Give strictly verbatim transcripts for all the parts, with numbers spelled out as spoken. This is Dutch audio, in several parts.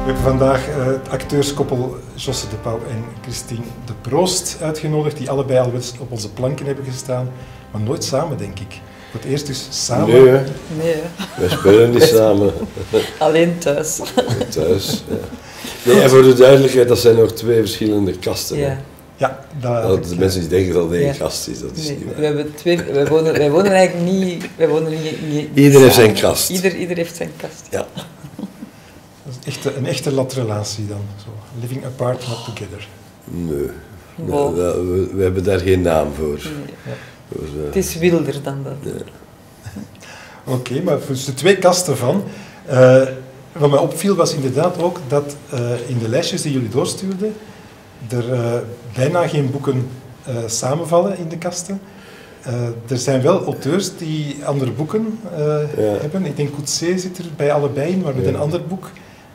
hebben vandaag uh, het acteurskoppel Josse de Pauw en Christine de Proost uitgenodigd, die allebei al op onze planken hebben gestaan, maar nooit samen, denk ik. Voor het eerst dus samen. Nee, hè? Nee, hè? Wij spelen niet samen. Alleen thuis. Thuis, ja. Nee, en voor de duidelijkheid, dat zijn nog twee verschillende kasten. Ja. Ja, dat, dat de ik, mensen die denken dat het één Ja. kast is, dat is Nee, niet waar. we hebben twee, wij, wonen, wij wonen eigenlijk niet... Wij wonen niet, niet Ieder heeft samen. zijn kast. Ieder, ieder heeft zijn kast. Ja. dat is echt een echte latrelatie dan. Zo. Living apart, not together. Nee, Wow. nee, we, we, we hebben daar geen naam voor. Nee. Ja. voor uh, Het is wilder dan dat. nee. Oké, okay, maar dus de twee kasten van. Uh, wat mij opviel was inderdaad ook dat uh, in de lijstjes die jullie doorstuurden, er uh, bijna geen boeken uh, samenvallen in de kasten. Uh, er zijn wel auteurs die andere boeken uh, Ja. hebben. Ik denk Coetzee zit er bij allebei in, maar met Ja. een ander boek.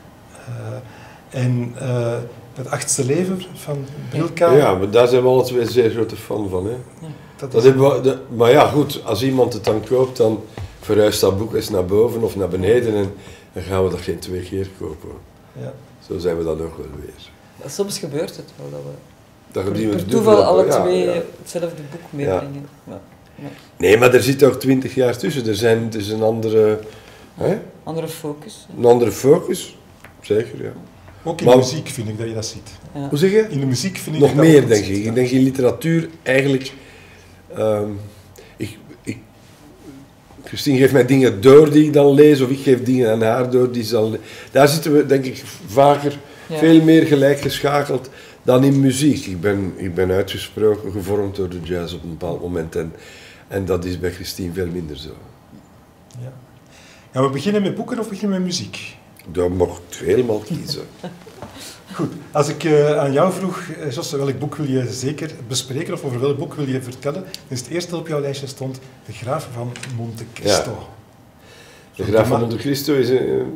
Uh, en uh, Het Achtste Leven van Brilka. Ja, maar daar zijn we alle twee zeer grote fan van. Hè? Ja. Dat Dat is, hebben we, de, maar ja, goed, als iemand het dan koopt, dan verhuist dat boek eens naar boven of naar beneden en dan gaan we dat geen twee keer kopen. ja. Zo zijn we dan ook wel weer. Maar soms gebeurt het wel dat we Dat per, die per een toeval dubbele- alle ja, twee ja. hetzelfde boek meebrengen. Ja. Ja. Nee, maar er zit ook twintig jaar tussen. Er zijn, het is een andere, hè? Andere focus. Een andere focus. Zeker, ja. Ook in Maar- de muziek vind ik dat je dat ziet. Ja. Hoe zeg je? In de muziek vind ik Nog dat dat meer, ook denk zit, ik. ja. Ik denk in literatuur eigenlijk... ehm, ik, ik, Christine geeft mij dingen door die ik dan lees, of ik geef dingen aan haar door die ze dan le- Daar zitten we, denk ik, vaker, Ja. veel meer gelijk geschakeld dan in muziek. Ik ben, ik ben uitgesproken gevormd door de jazz op een bepaald moment. En, en dat is bij Christine veel minder zo. Ja. Gaan we beginnen met boeken of beginnen we met muziek? Daar mocht ik helemaal kiezen. Goed, als ik uh, aan jou vroeg, uh, Josse, welk boek wil je zeker bespreken of over welk boek wil je vertellen, dan is het eerste dat op jouw lijstje stond De Graaf van Monte Cristo. De Graaf van Monte Cristo is een, een,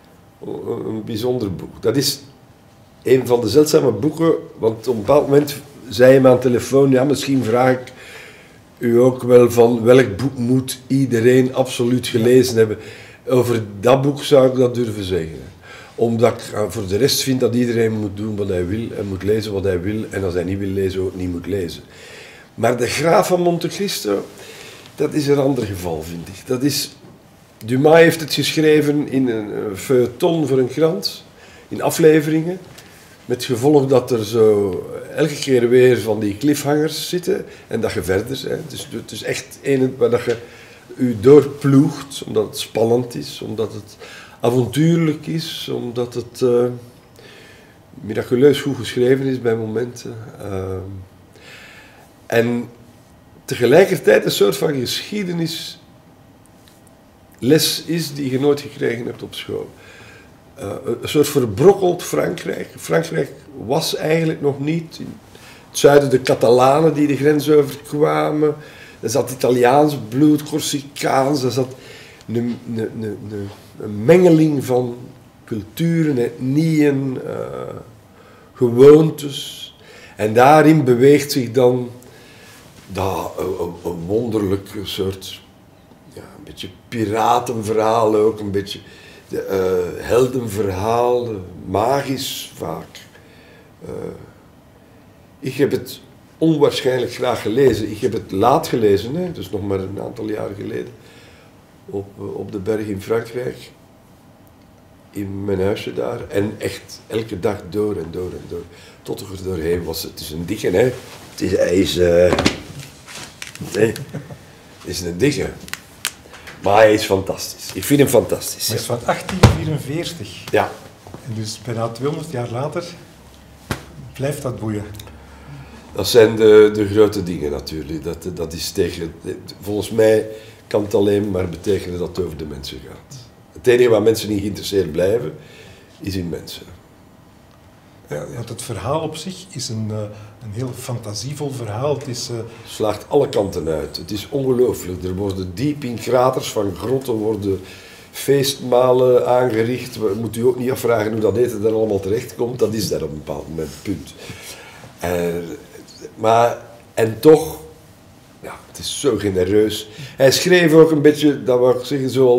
een bijzonder boek. Dat is een van de zeldzame boeken, want op een bepaald moment zei hij me aan de telefoon, ja, misschien vraag ik u ook wel van welk boek moet iedereen absoluut gelezen hebben. Over dat boek zou ik dat durven zeggen. Omdat ik uh, voor de rest vind dat iedereen moet doen wat hij wil en moet lezen wat hij wil en als hij niet wil lezen ook niet moet lezen. Maar De Graaf van Monte Cristo, dat is een ander geval, vind ik. Dat is, Dumas heeft het geschreven in een uh, feuilleton voor een krant, in afleveringen, met gevolg dat er zo elke keer weer van die cliffhangers zitten en dat je verder bent. Dus het is echt een waar dat je u doorploegt, omdat het spannend is, omdat het avontuurlijk is, omdat het uh, miraculeus goed geschreven is bij momenten. Uh, en tegelijkertijd een soort van geschiedenisles is die je nooit gekregen hebt op school. Uh, een soort verbrokkeld Frankrijk. Frankrijk was eigenlijk nog niet. In het zuiden de Catalanen die de grens overkwamen. Er zat Italiaans bloed, Corsicaans. Er zat een, een, een, een, een mengeling van culturen, etnieën, uh, gewoontes. En daarin beweegt zich dan dat, een, een wonderlijk soort, ja, een beetje piratenverhaal ook, een beetje de, uh, heldenverhaal, magisch vaak. Uh, ik heb het onwaarschijnlijk graag gelezen. Ik heb het laat gelezen, hè, dus nog maar een aantal jaren geleden, op, op de berg in Frankrijk, in mijn huisje daar. En echt elke dag door en door en door, tot er doorheen was. Het is een dikke, hè. Het is, hij is, uh, nee, het is een dikke. Maar hij is fantastisch. Ik vind hem fantastisch. Hij is Ja. van achttien vierenveertig. Ja. En dus bijna tweehonderd jaar later blijft dat boeien. Dat zijn de, de grote dingen natuurlijk. Dat, dat is tegen, volgens mij kan het alleen maar betekenen dat het over de mensen gaat. Het enige waar mensen niet geïnteresseerd blijven, is in mensen. Ja, want het verhaal op zich is een, uh, een heel fantasievol verhaal. Het is, uh... slaagt alle kanten uit. Het is ongelooflijk. Er worden diep in kraters van grotten worden feestmalen aangericht. We moeten u ook niet afvragen hoe dat eten er allemaal terecht komt. Dat is daar op een bepaald moment, punt. En, maar, en toch, ja, het is zo genereus. Hij schreef ook een beetje, dat wou ik zeggen, zoals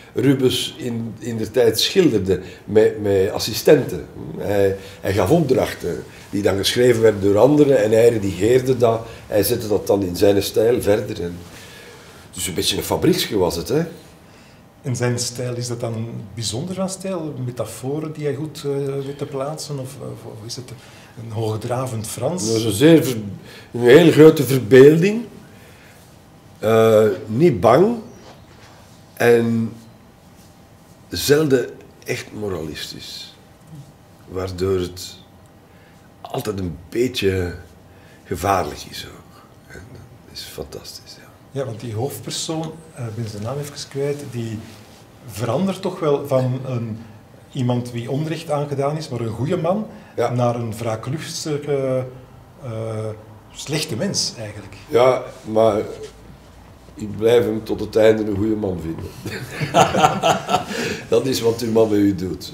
Rubens in, in de tijd schilderde met, met assistenten. Hij, hij gaf opdrachten die dan geschreven werden door anderen en hij redigeerde dat. Hij zette dat dan in zijn stijl verder. En dus een beetje een fabrieksje was het. Hè? En zijn stijl, is dat dan bijzonder van stijl? Metaforen die hij goed uh, weet te plaatsen? Of, of, of is het een hoogdravend Frans? Dat is een, zeer ver, een heel grote verbeelding. Uh, niet bang. En zelden echt moralistisch. Waardoor het altijd een beetje gevaarlijk is ook. En dat is fantastisch, ja. Ja, want die hoofdpersoon, ik uh, ben zijn naam even kwijt, die verandert toch wel van een, iemand wie onrecht aangedaan is, maar een goede man, ja. naar een wraaklustige, uh, slechte mens eigenlijk. Ja, maar ik blijf hem tot het einde een goede man vinden. Dat is wat uw man met u doet.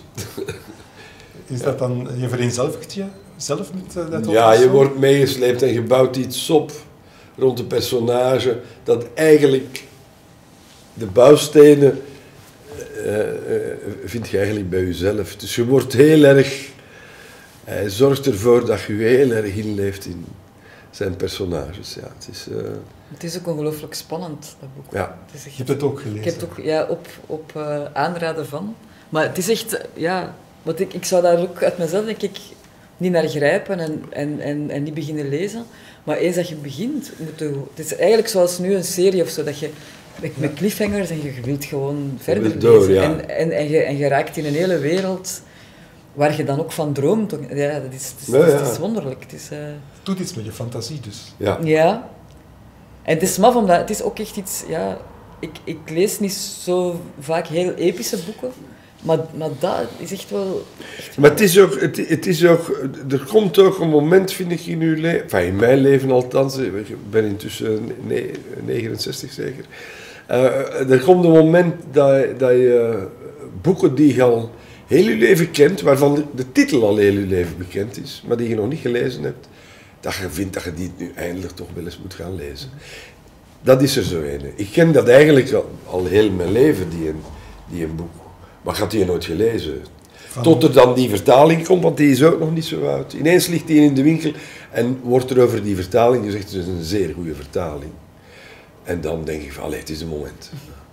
Is dat dan, je vereenzelvigt je zelf met uh, dat hoofdpersoon? Ja, je wordt meegesleept en je bouwt iets op rond een personage dat eigenlijk de bouwstenen uh, uh, vind je eigenlijk bij jezelf. Dus je wordt heel erg, hij zorgt ervoor dat je je heel erg inleeft in zijn personages. Ja, het is, uh... het is ook ongelooflijk spannend, dat boek. Ja. Het is echt... Je hebt het ook gelezen? Ik heb het ook ja, op, op uh, aanraden van. Maar het is echt, ja, want ik, ik zou daar ook uit mezelf denk ik niet naar grijpen en, en, en, en niet beginnen lezen. Maar eens dat je begint, moet je, het is eigenlijk zoals nu een serie of zo, dat je met, met cliffhangers en je wilt gewoon verder lezen. Door, ja. en, en, en, je, en je raakt in een hele wereld waar je dan ook van droomt. Ja, dat is, het is, ja, ja. Het is wonderlijk. Het is, uh... het doet iets met je fantasie dus. Ja. ja. En het is maf, omdat het is ook echt iets, ja, ik, ik lees niet zo vaak heel epische boeken. Maar, maar dat is echt wel... Echt maar het is, ook, het, het is ook... Er komt ook een moment, vind ik, in uw leven... Enfin, in mijn leven althans. Ik ben intussen negenenzestig zeker. Uh, er komt een moment dat, dat je boeken die je al heel je leven kent, waarvan de, de titel al heel je leven bekend is, maar die je nog niet gelezen hebt, dat je vindt dat je die nu eindelijk toch wel eens moet gaan lezen. Dat is er zo een. Ik ken dat eigenlijk al, al heel mijn leven, die een, die een boek. Maar ik had die nooit gelezen. Van... Tot er dan die vertaling komt, want die is ook nog niet zo oud. Ineens ligt die in de winkel en wordt er over die vertaling gezegd, het is een zeer goede vertaling. En dan denk ik van, allee, het is een moment.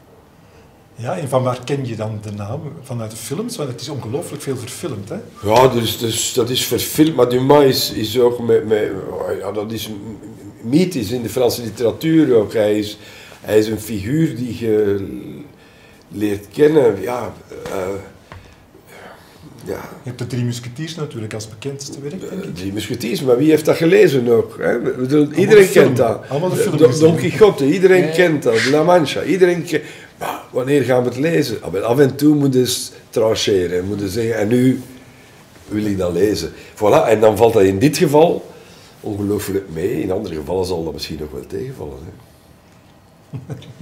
Ja, en van waar ken je dan de naam? Vanuit de films? Want het is ongelooflijk veel verfilmd, hè? Ja, dus, dus, dat is verfilmd, maar Dumas is, is ook met... met ja, dat is mythisch in de Franse literatuur ook. Hij is, hij is een figuur die je leert kennen, ja... Uh, ja. Je hebt de Drie Musketiers natuurlijk als bekendste werk, denk ik. Drie Musketiers, maar wie heeft dat gelezen ook? Hè? Iedereen kent dat. Allemaal de film Don, Don Quixote, iedereen ja. kent dat. La Mancha, iedereen kent... Maar wanneer gaan we het lezen? Af en toe moet je trancheren, moet je zeggen, en nu wil ik dat lezen. Voilà, en dan valt dat in dit geval ongelooflijk mee. In andere gevallen zal dat misschien ook wel tegenvallen. Hè?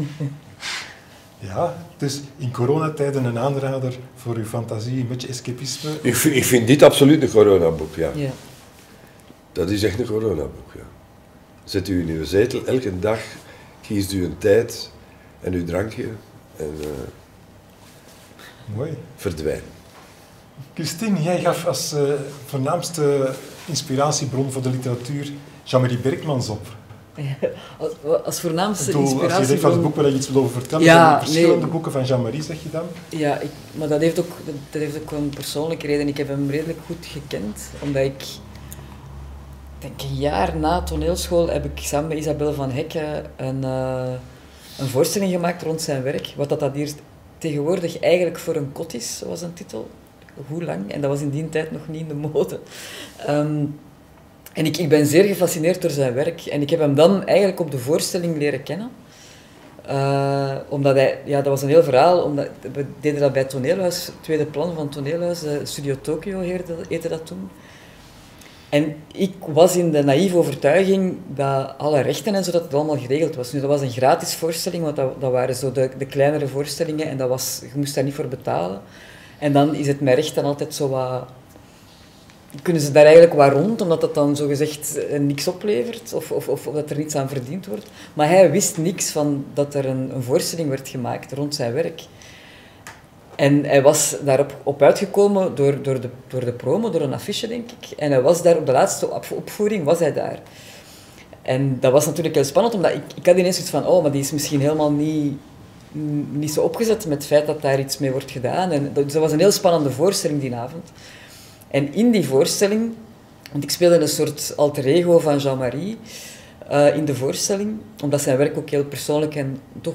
Ja, dus in coronatijden een aanrader voor uw fantasie, een beetje escapisme. Ik vind, ik vind dit absoluut een coronaboek, ja. ja. Dat is echt een coronaboek, ja. Zet u in uw zetel, elke dag kiest u een tijd en uw drankje en uh, mooi. Verdwijn. Christine, jij gaf als uh, voornaamste inspiratiebron voor de literatuur Jean-Marie Berkmans op. Ja, als, als voornaamste bedoel, inspiratiebron... Als je denkt van het boek waar je iets wil over vertellen, ja, zijn verschillende nee. boeken van Jean-Marie, zeg je dan? Ja, ik, maar dat heeft, ook, dat heeft ook een persoonlijke reden. Ik heb hem redelijk goed gekend, omdat ik... denk een jaar na toneelschool heb ik samen met Isabelle van Hekke een, uh, een voorstelling gemaakt rond zijn werk. Wat dat, dat hier tegenwoordig eigenlijk voor een kot is, was een titel. Hoe lang? En dat was in die tijd nog niet in de mode. Um, en ik, ik ben zeer gefascineerd door zijn werk. En ik heb hem dan eigenlijk op de voorstelling leren kennen. Uh, omdat hij, ja, dat was een heel verhaal. Omdat, we deden dat bij het Toneelhuis, het tweede plan van het Toneelhuis, uh, Studio Tokyo heette, heette dat toen. En ik was in de naïeve overtuiging dat alle rechten en zo, dat het allemaal geregeld was. Nu, dat was een gratis voorstelling, want dat, dat waren zo de, de kleinere voorstellingen en dat was, je moest daar niet voor betalen. En dan is het met rechten altijd zo wat... Kunnen ze daar eigenlijk wat rond, omdat dat dan zogezegd niks oplevert, of, of, of, of dat er niets aan verdiend wordt. Maar hij wist niks van dat er een, een voorstelling werd gemaakt rond zijn werk. En hij was daarop op uitgekomen door, door, de, door de promo, door een affiche, denk ik. En hij was daar op de laatste op, opvoering, was hij daar. En dat was natuurlijk heel spannend, omdat ik, ik had ineens zoiets van, oh, maar die is misschien helemaal niet, niet zo opgezet met het feit dat daar iets mee wordt gedaan. En dat, dus dat was een heel spannende voorstelling die avond. En in die voorstelling, want ik speelde een soort alter ego van Jean-Marie uh, in de voorstelling, omdat zijn werk ook heel persoonlijk en toch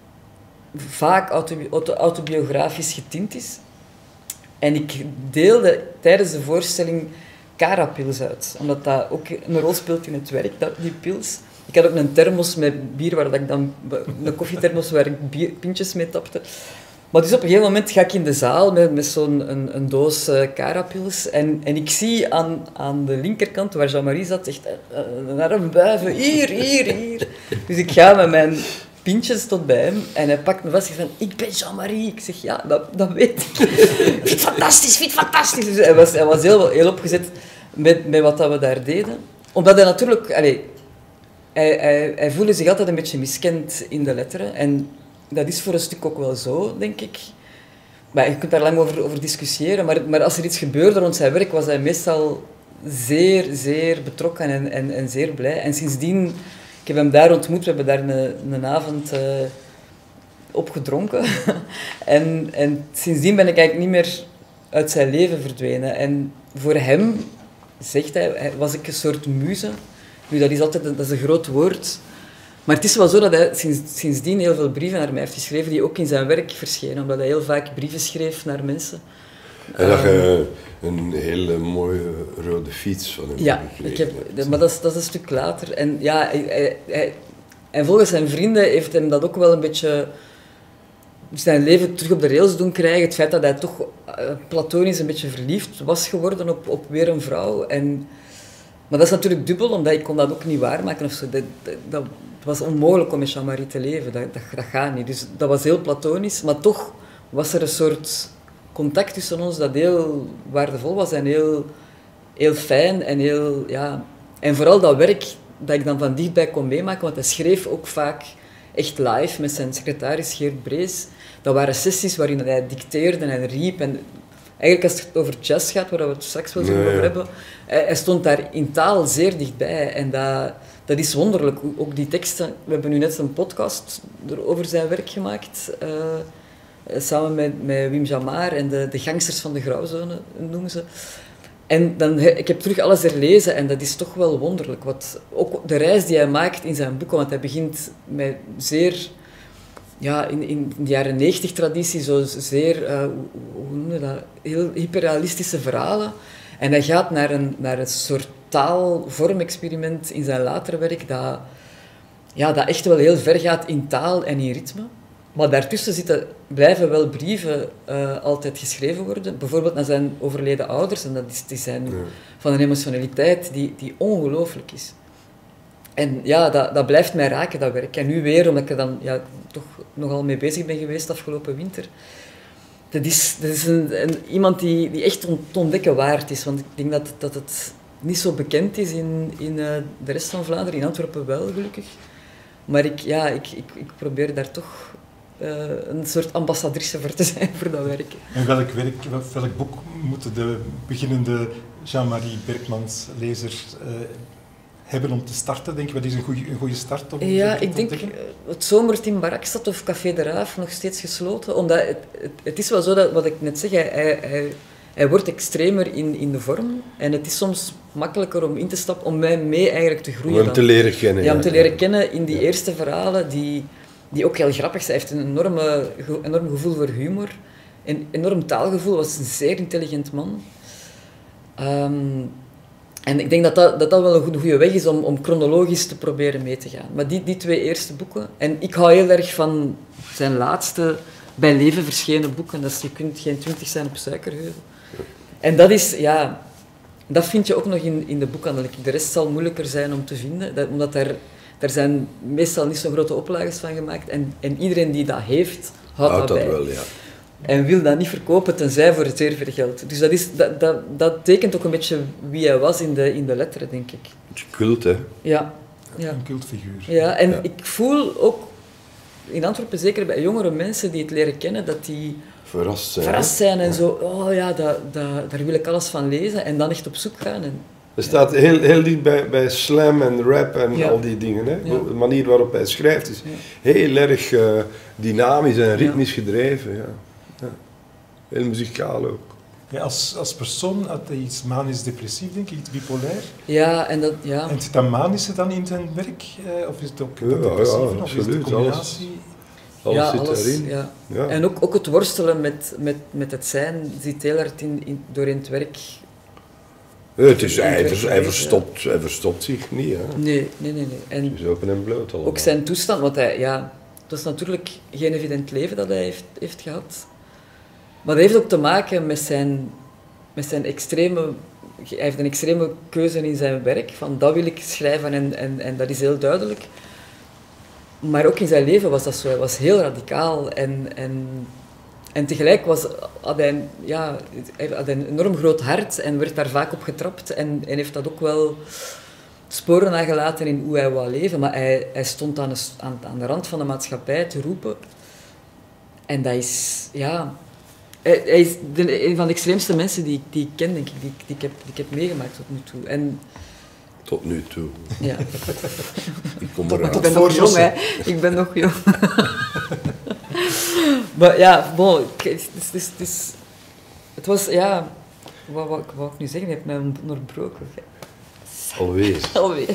vaak autobi- auto- autobiografisch getint is. En ik deelde tijdens de voorstelling Cara-pils uit, omdat dat ook een rol speelt in het werk, dat, die pils. Ik had ook een thermos met bier, waar ik dan, een koffiethermos waar ik bier, pintjes mee tapte. Maar dus op een gegeven moment ga ik in de zaal met, met zo'n een, een doos uh, Cara-pils en, en ik zie aan, aan de linkerkant, waar Jean-Marie zat, echt uh, een arm buiven, hier, hier, hier. Dus ik ga met mijn pintjes tot bij hem en hij pakt me vast en zegt van, ik ben Jean-Marie. Ik zeg, ja, dat, dat weet ik. Vind het fantastisch, vind het fantastisch. Dus hij was, hij was heel, heel opgezet met, met wat dat we daar deden. Omdat hij natuurlijk, allez, hij, hij, hij voelde zich altijd een beetje miskend in de letteren. En dat is voor een stuk ook wel zo, denk ik. Maar je kunt daar lang over, over discussiëren, maar, maar als er iets gebeurde rond zijn werk, was hij meestal zeer, zeer betrokken en, en, en zeer blij. En sindsdien, ik heb hem daar ontmoet, we hebben daar een, een avond uh, op gedronken. en, en sindsdien ben ik eigenlijk niet meer uit zijn leven verdwenen. En voor hem, zegt hij, was ik een soort muze. Nu, dat is altijd dat is een groot woord. Maar het is wel zo dat hij sinds, sindsdien heel veel brieven naar mij heeft geschreven, die ook in zijn werk verschenen, omdat hij heel vaak brieven schreef naar mensen. En dat je een hele mooie rode fiets van hem ja, ik heb, maar dat is, dat is een stuk later. En, ja, hij, hij, hij, en volgens zijn vrienden heeft hem dat ook wel een beetje zijn leven terug op de rails doen krijgen. Het feit dat hij toch uh, platonisch een beetje verliefd was geworden op, op weer een vrouw. En, maar dat is natuurlijk dubbel, omdat ik kon dat ook niet waarmaken of zo. Dat, dat, dat was onmogelijk om met Jean-Marie te leven, dat, dat, dat gaat niet. Dus dat was heel platonisch, maar toch was er een soort contact tussen ons dat heel waardevol was en heel, heel fijn en heel, ja... En vooral dat werk dat ik dan van dichtbij kon meemaken, want hij schreef ook vaak echt live met zijn secretaris Geert Brees. Dat waren sessies waarin hij dicteerde en riep en... Eigenlijk als het over jazz gaat, waar we het straks wel nee, over ja. hebben, hij stond daar in taal zeer dichtbij. En dat, dat is wonderlijk. Ook die teksten, we hebben nu net een podcast over zijn werk gemaakt, uh, samen met, met Wim Jamar en de, de gangsters van de grauwzone, noemen ze. En dan, ik heb terug alles herlezen en dat is toch wel wonderlijk. Wat, ook de reis die hij maakt in zijn boeken, want hij begint met zeer... Ja, in, in de jaren negentig traditie, zo zeer, uh, hoe noem je dat, heel hyperrealistische verhalen. En hij gaat naar een, naar een soort taalvormexperiment in zijn later werk, dat, ja, dat echt wel heel ver gaat in taal en in ritme. Maar daartussen zitten, blijven wel brieven uh, altijd geschreven worden. Bijvoorbeeld naar zijn overleden ouders, en dat is, die zijn ja. van een emotionaliteit die, die ongelooflijk is. En ja, dat, dat blijft mij raken, dat werk. En nu weer, omdat ik er dan ja, toch nogal mee bezig ben geweest afgelopen winter. Dat is, dat is een, een, iemand die, die echt te ontdekken waard is. Want ik denk dat, dat het niet zo bekend is in, in uh, de rest van Vlaanderen. In Antwerpen wel, gelukkig. Maar ik, ja, ik, ik, ik probeer daar toch uh, een soort ambassadrice voor te zijn voor dat werk. En welk, werk, welk boek moeten de beginnende Jean-Marie Berkmans lezers uh, hebben om te starten, denk je? Wat is een goede, een goede start om ja, te ik denk ontdekken? het Zomerteam Barakstad of Café de Raaf nog steeds gesloten. Omdat het, het, het is wel zo dat, wat ik net zeg, hij, hij, hij wordt extremer in, in de vorm. En het is soms makkelijker om in te stappen, om mij mee eigenlijk te groeien. Om hem te leren kennen. Ja, om te leren kennen in die ja. eerste verhalen, die, die ook heel grappig zijn. Hij heeft een enorme, enorm gevoel voor humor. Een enorm taalgevoel, was een zeer intelligent man. Um, En ik denk dat dat, dat, dat wel een goede weg is om, om chronologisch te proberen mee te gaan. Maar die, die twee eerste boeken... En ik hou heel erg van zijn laatste bij leven verschenen boeken. Dat is, je kunt geen twintig zijn op Suikerheuvel. En dat is, ja... Dat vind je ook nog in, in de boekhandel. De rest zal moeilijker zijn om te vinden. Dat, omdat daar, daar zijn meestal niet zo'n grote oplages van gemaakt. En, en iedereen die dat heeft, houdt, houdt dat bij. bij. Wel, ja. En wil dat niet verkopen, tenzij voor zeer veel geld. Dus dat, is, dat, dat, dat tekent ook een beetje wie hij was in de, in de letteren, denk ik. Beetje cult, hè? Ja. ja. Een cultfiguur. Ja, en ja. ik voel ook in Antwerpen, zeker bij jongere mensen die het leren kennen, dat die verrast zijn. verrast zijn en zo, oh ja, dat, dat, daar wil ik alles van lezen en dan echt op zoek gaan. En, Het staat heel, heel dicht bij, bij slam en rap en ja. al die dingen. Hè? Ja. De manier waarop hij schrijft is ja. heel erg uh, dynamisch en ritmisch ja. gedreven. Ja. Ja. Heel muzikaal ook. Ja, als, als persoon had hij iets manisch-depressief, denk ik, iets bipolair. Ja, en dat, ja. En zit dat manische dan in zijn werk? Eh, of is het ook ja, dat depressieve? Ja, of is het de combinatie? Alles, alles ja, zit alles, daarin. Ja. Ja. En ook, ook het worstelen met, met, met het zijn zit heel hard in, in, door in het werk. Ja, het is, hij, vers, hij, verstopt, hij verstopt zich niet. Hè. Nee, nee, nee. nee. En het is open en bloot allemaal. Ook zijn toestand, want hij, ja, het was natuurlijk geen evident leven dat hij heeft, heeft gehad. Maar dat heeft ook te maken met zijn, met zijn extreme... Hij heeft een extreme keuze in zijn werk, van dat wil ik schrijven en, en, en dat is heel duidelijk. Maar ook in zijn leven was dat zo, hij was heel radicaal en, en, en tegelijk was, had, hij, ja, hij had een enorm groot hart en werd daar vaak op getrapt en, en heeft dat ook wel sporen nagelaten in hoe hij wou leven. Maar hij, hij stond aan de, aan, aan de rand van de maatschappij te roepen en dat is, ja... Hij, hij is de, een van de extreemste mensen die, die ik ken, denk ik, die, die, ik heb, die ik heb meegemaakt tot nu toe. En, tot nu toe. Ja. Ik kom eraan. Ik ben nog jong, hè. Ik ben nog jong. Maar ja, bon, het, is, het, is, het, is, het was, ja... Wat wou ik, wou ik nu zeggen? Je hebt mij onderbroken. Alweer. Alweer.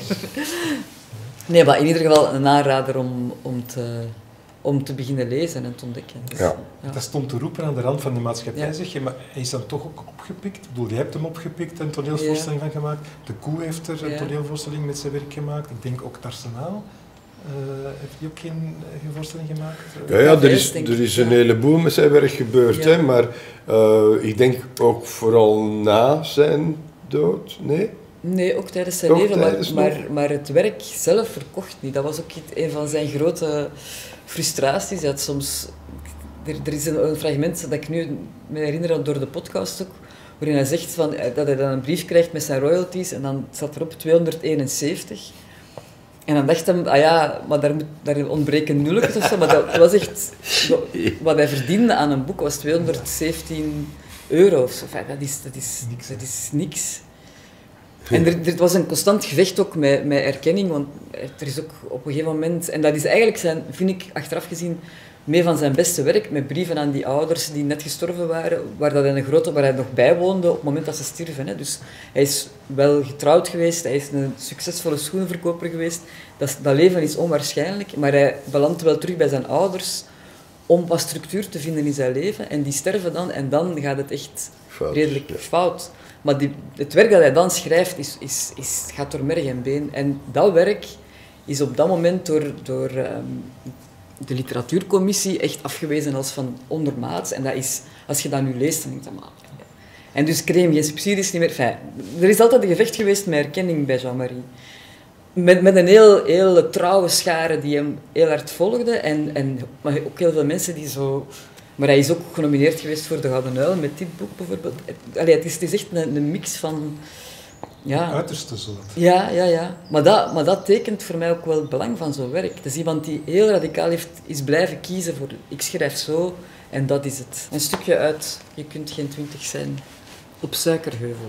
Nee, maar in ieder geval een aanrader om, om te... om te beginnen lezen en te ontdekken. Dus, ja. Ja. Dat stond te roepen aan de rand van de maatschappij, ja. Zeg je, maar hij is dan toch ook opgepikt? Ik bedoel, jij hebt hem opgepikt en een toneelvoorstelling ja. van gemaakt. De Koe heeft er een ja. toneelvoorstelling met zijn werk gemaakt. Ik denk ook het Arsenaal. Uh, heeft hij ook geen, geen voorstelling gemaakt? Ja, ja er, is, er is een heleboel met zijn werk gebeurd, ja. hè, maar uh, ik denk ook vooral na zijn dood, nee? Nee, ook tijdens zijn ook leven, tijdens maar, maar, maar het werk zelf verkocht niet. Dat was ook een van zijn grote frustraties. Dat soms, er, er is een, een fragment dat ik nu me herinner door de podcast ook, waarin hij zegt van, dat hij dan een brief krijgt met zijn royalties en dan staat erop tweehonderdeenenzeventig. En dan dacht hij, ah ja, maar daar, moet, daar ontbreken nulletjes of zo, maar dat was echt... Wat hij verdiende aan een boek was tweehonderdzeventien euro of zo. Enfin, dat, is, dat, is, niks, dat is niks. En er, er was een constant gevecht ook met, met erkenning, want er is ook op een gegeven moment... En dat is eigenlijk, zijn, vind ik, achteraf gezien, mee van zijn beste werk, met brieven aan die ouders die net gestorven waren, waar, dat hij, een grote, waar hij nog bijwoonde op het moment dat ze stierven. Hè. Dus hij is wel getrouwd geweest, hij is een succesvolle schoenenverkoper geweest. Dat, dat leven is onwaarschijnlijk, maar hij belandt wel terug bij zijn ouders om wat structuur te vinden in zijn leven. En die sterven dan, en dan gaat het echt fout, redelijk ja. fout. Maar die, het werk dat hij dan schrijft, is, is, is, gaat door merg en been. En dat werk is op dat moment door, door um, de literatuurcommissie echt afgewezen als van ondermaats. En dat is, als je dat nu leest, dan denk je dat maar... Ja. En dus kreeg je geen subsidies niet meer. Enfin, er is altijd een gevecht geweest met erkenning bij Jean-Marie. Met, met een heel, heel trouwe schare die hem heel hard volgde. En, en, maar ook heel veel mensen die zo... Maar hij is ook genomineerd geweest voor de Gouden Uil met dit boek bijvoorbeeld. Allee, het, is, het is echt een, een mix van... Ja. Het uiterste soort. Ja, ja, ja. Maar dat, maar dat tekent voor mij ook wel het belang van zo'n werk. Het is iemand die heel radicaal heeft, is blijven kiezen voor... Ik schrijf zo en dat is het. Een stukje uit Je kunt geen twintig zijn. Op Suikerheuvel.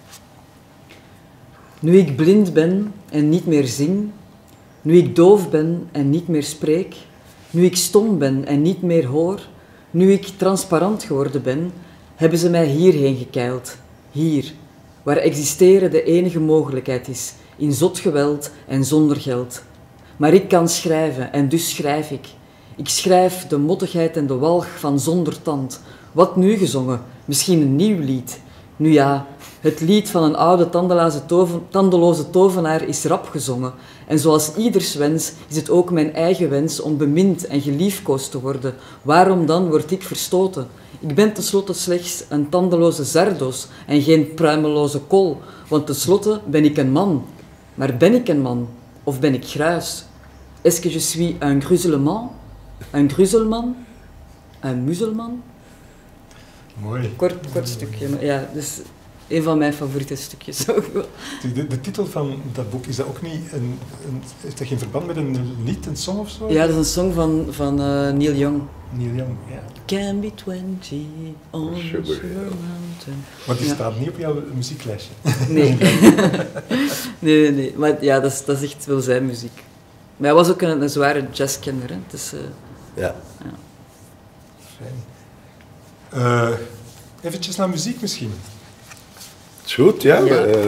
Nu ik blind ben en niet meer zing. Nu ik doof ben en niet meer spreek. Nu ik stom ben en niet meer hoor. Nu ik transparant geworden ben, hebben ze mij hierheen gekeild. Hier, waar existeren de enige mogelijkheid is, in zot geweld en zonder geld. Maar ik kan schrijven en dus schrijf ik. Ik schrijf de mottigheid en de walg van zonder tand. Wat nu gezongen? Misschien een nieuw lied. Nu ja, het lied van een oude tandeloze, toven, tandeloze tovenaar is rap gezongen. En zoals ieders wens is het ook mijn eigen wens om bemind en geliefkoosd te worden. Waarom dan word ik verstoten? Ik ben tenslotte slechts een tandeloze zardos en geen pruimeloze kool. Want tenslotte ben ik een man. Maar ben ik een man? Of ben ik gruis? Est-ce que je suis un gruzelement? Un gruzelman? Un muzelman? Mooi. Kort, kort stukje, maar ja, dus... een van mijn favoriete stukjes. Ook. De, de, de titel van dat boek, is dat ook niet een, een... Heeft dat geen verband met een lied, een song of zo? Ja, dat is een song van, van uh, Neil Young. Neil Young, ja. Can be twenty on Sugar, Sugar Mountain. Maar die ja. staat niet op jouw muzieklijstje. Nee. nee, nee, nee. Maar ja, dat is, dat is echt wel zijn muziek. Maar hij was ook een, een zware jazzkenner, hè. Dus, uh, ja. ja. Fijn. Uh, eventjes naar muziek misschien. Is goed, ja. ja. Uh,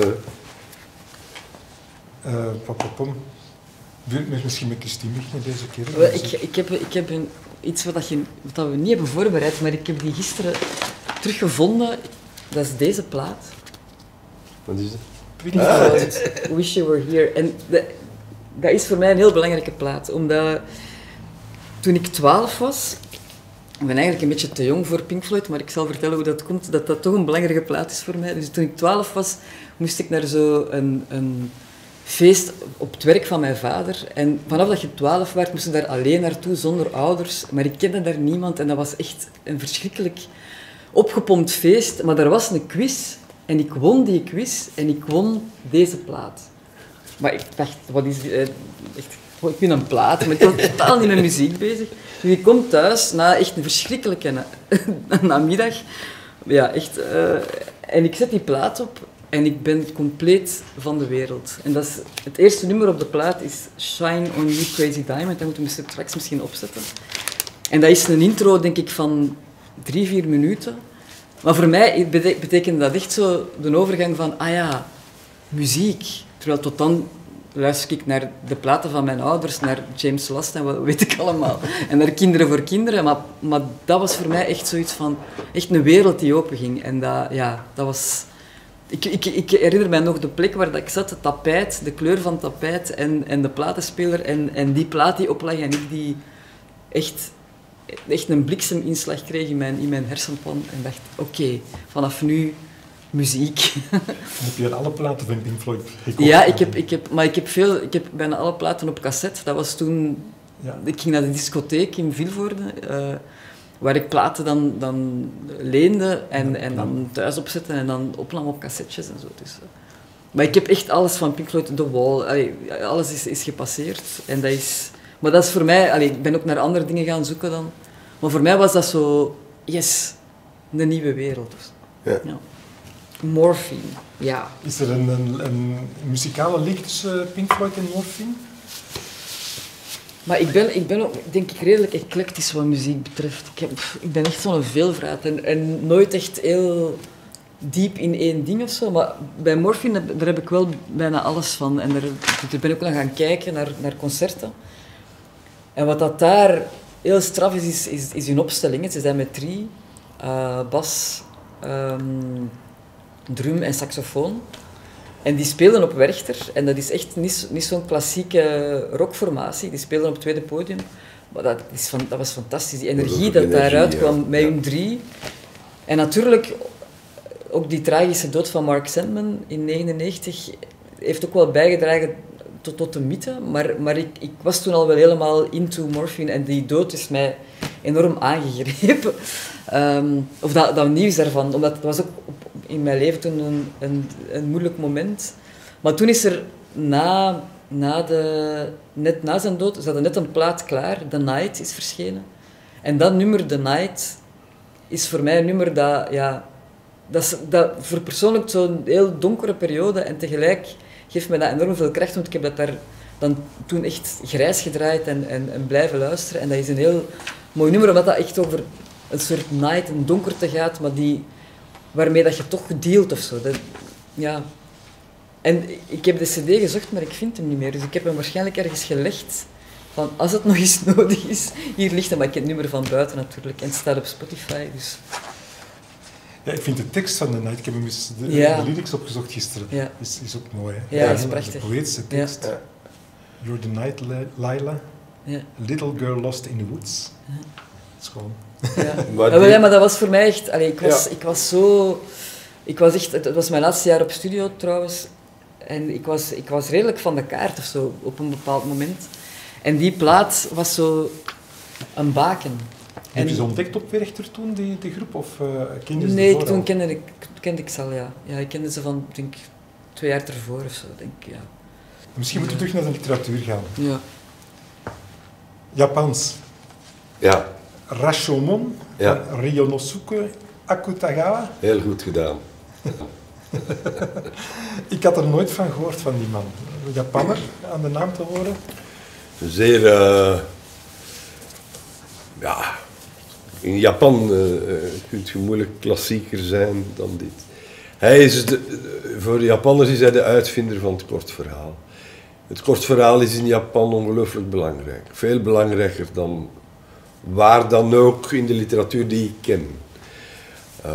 uh, pop, pop, pom. Wil je misschien met Christine beginnen deze keer? Wel, ik, ik heb, ik heb een, iets wat, je, wat we niet hebben voorbereid, maar ik heb die gisteren teruggevonden. Dat is deze plaat. Wat is dat? Pink Floyd, Wish You Were Here. En de, dat is voor mij een heel belangrijke plaat, omdat toen ik twaalf was, ik ben eigenlijk een beetje te jong voor Pink Floyd, maar ik zal vertellen hoe dat komt, dat dat toch een belangrijke plaat is voor mij. Dus toen ik twaalf was, moest ik naar zo'n een, een feest op het werk van mijn vader. En vanaf dat je twaalf werd, moest je daar alleen naartoe, zonder ouders. Maar ik kende daar niemand en dat was echt een verschrikkelijk opgepompt feest. Maar er was een quiz en ik won die quiz en ik won deze plaat. Maar ik dacht, wat is die? Echt, ik ben een plaat, maar ik was totaal niet met muziek bezig. Dus ik kom thuis na echt een verschrikkelijke na- namiddag. Ja, echt. Uh, en ik zet die plaat op en ik ben compleet van de wereld. En dat is, het eerste nummer op de plaat is Shine On You Crazy Diamond. Dat moeten we straks misschien opzetten. En dat is een intro, denk ik, van drie, vier minuten. Maar voor mij betekende dat echt zo de overgang van, ah ja, muziek. Terwijl tot dan luister ik naar de platen van mijn ouders, naar James Last en wat weet ik allemaal. En naar Kinderen voor Kinderen. Maar, maar dat was voor mij echt zoiets van, echt een wereld die openging. En dat, ja, dat was... Ik, ik, ik herinner mij nog de plek waar dat ik zat, het tapijt, de kleur van het tapijt en, en de platenspeler. En, en die plaat die oplag en ik die echt, echt een blikseminslag kreeg in mijn, in mijn hersenpan. En dacht, oké, okay, vanaf nu... muziek. Heb je alle platen van Pink Floyd gekocht? Ja, ik heb, ik heb, maar ik heb, veel, ik heb bijna alle platen op cassette. Dat was toen... Ja. Ik ging naar de discotheek in Vilvoorde, uh, waar ik platen dan, dan leende en, ja, en dan thuis opzette en dan opnam op cassettes en zo. Dus, uh. Maar ik heb echt alles van Pink Floyd, The Wall, allee, alles is, is gepasseerd. En dat is, maar dat is voor mij... Allee, ik ben ook naar andere dingen gaan zoeken dan. Maar voor mij was dat zo... Yes, een nieuwe wereld. Dus. Ja. Ja. Morphine, ja. Is er een, een, een muzikale link tussen Pink Floyd en Morphine? Maar ik ben, ik ben ook, denk ik, redelijk eclectisch wat muziek betreft. Ik, heb, ik ben echt zo'n veelvraat en, en nooit echt heel diep in één ding of zo. Maar bij Morphine, daar heb ik wel bijna alles van. En daar, daar ben ik ook naar gaan kijken, naar, naar concerten. En wat dat daar heel straf is, is, is, is hun opstelling. Ze zijn met drie, uh, bas... Um, drum en saxofoon. En die spelen op Werchter. En dat is echt niet, niet zo'n klassieke rockformatie. Die spelen op het tweede podium. Maar dat, is van, dat was fantastisch. Die energie dat, dat daaruit ja. kwam met ja. hun drie. En natuurlijk, ook die tragische dood van Mark Sandman in negentien negentig heeft ook wel bijgedragen tot, tot de mythe. Maar, maar ik, ik was toen al wel helemaal into Morphine. En die dood is mij enorm aangegrepen. Um, of dat, dat nieuws daarvan. Omdat het was ook in mijn leven toen een, een, een moeilijk moment. Maar toen is er na, na de, net na zijn dood, ze hadden net een plaat klaar, The Night is verschenen. En dat nummer, The Night, is voor mij een nummer dat, ja, dat, is, dat voor persoonlijk zo'n heel donkere periode en tegelijk geeft mij dat enorm veel kracht, want ik heb dat daar dan toen echt grijs gedraaid en, en, en blijven luisteren. En dat is een heel mooi nummer, omdat dat echt over een soort night, een donkerte gaat, maar die... waarmee dat je toch dealt of zo. Dat, ja. En ik heb de cd gezocht, maar ik vind hem niet meer. Dus ik heb hem waarschijnlijk ergens gelegd. Van als het nog eens nodig is, hier ligt hem. Maar ik heb het nummer van buiten natuurlijk. En het staat op Spotify. Dus. Ja, ik vind de tekst van The Night, ik heb hem eens de, ja. de lyrics opgezocht gisteren, ja. is, is ook mooi. Hè? Ja, ja, dat is prachtig. De poëtische tekst. Ja. You're the night, Lila. Ja. Little girl lost in the woods. Ja. Dat is gewoon... Ja. maar, die... ja, maar dat was voor mij echt... Allee, ik, was, ja. ik was zo... Ik was echt... Het was mijn laatste jaar op studio trouwens. En ik was, ik was redelijk van de kaart of zo, op een bepaald moment. En die plaat was zo een baken. Heb je ze ontdekt op Werchter toen, die, die groep? Of uh, kende je ze Nee, toen kende ik, kende ik ze al, ja. Ja, ik kende ze van, denk ik, twee jaar ervoor of zo, denk ik, ja. Misschien moeten we terug naar de literatuur gaan. Ja. Japans. Ja. Rashomon Ja. van Ryonosuke Akutagawa. Heel goed gedaan. Ik had er nooit van gehoord, van die man. Een Japanner, aan de naam te horen. Een zeer... Uh, ja... In Japan uh, kun je moeilijk klassieker zijn dan dit. Hij is de, voor de Japanners is hij de uitvinder van het kortverhaal. Het kortverhaal is in Japan ongelooflijk belangrijk. Veel belangrijker dan waar dan ook in de literatuur die ik ken. Uh,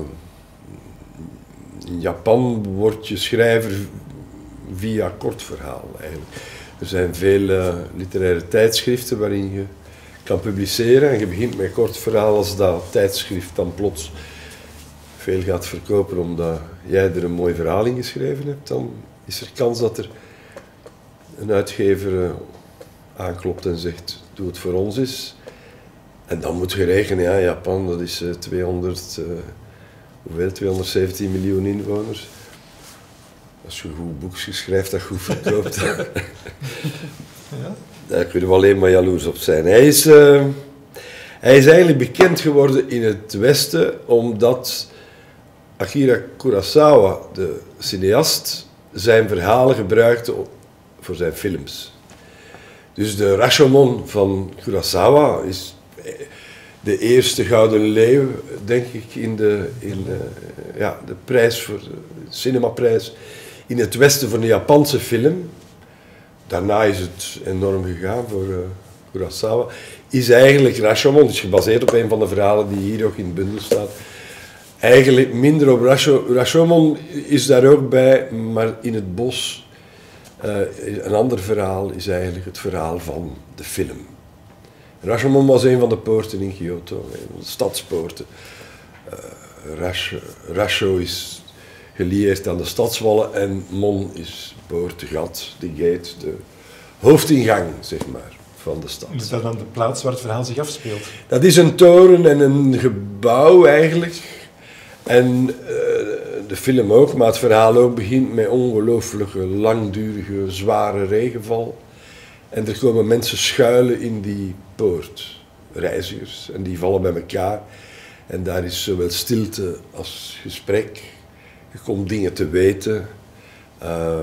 in Japan word je schrijver via kortverhaal eigenlijk. Er zijn veel uh, literaire tijdschriften waarin je kan publiceren en je begint met kort verhaal. Als dat tijdschrift dan plots veel gaat verkopen omdat jij er een mooi verhaal in geschreven hebt, dan is er kans dat er een uitgever uh, aanklopt en zegt doe het voor ons eens. En dan moet je rekenen, ja, Japan dat is uh, tweehonderd, uh, hoeveel? tweehonderdzeventien miljoen inwoners. Als je een goed boekje schrijft dat goed verkoopt, ja. Daar kunnen we alleen maar jaloers op zijn. Hij is, uh, hij is eigenlijk bekend geworden in het Westen omdat Akira Kurosawa, de cineast, zijn verhalen gebruikte voor zijn films. Dus de Rashomon van Kurosawa is de eerste Gouden Leeuw, denk ik, in de, in de, ja, de prijs voor de cinemaprijs in het Westen voor een Japanse film. Daarna is het enorm gegaan voor uh, Kurosawa. Is eigenlijk Rashomon, is gebaseerd op een van de verhalen die hier ook in het bundel staat. Eigenlijk minder op Rasho, Rashomon is daar ook bij, maar in het bos. Uh, een ander verhaal is eigenlijk het verhaal van de film. Rashomon was een van de poorten in Kyoto, een van de stadspoorten. Uh, Rasho, Rasho is gelieerd aan de stadswallen en Mon is poort, de gat, de gate, de hoofdingang, zeg maar, van de stad. Is dat dan de plaats waar het verhaal zich afspeelt? Dat is een toren en een gebouw eigenlijk. En uh, de film ook, maar het verhaal ook begint met ongelooflijke, langdurige, zware regenval. En er komen mensen schuilen in die poort, reizigers, en die vallen bij elkaar. En daar is zowel stilte als gesprek. Je komt dingen te weten. Uh,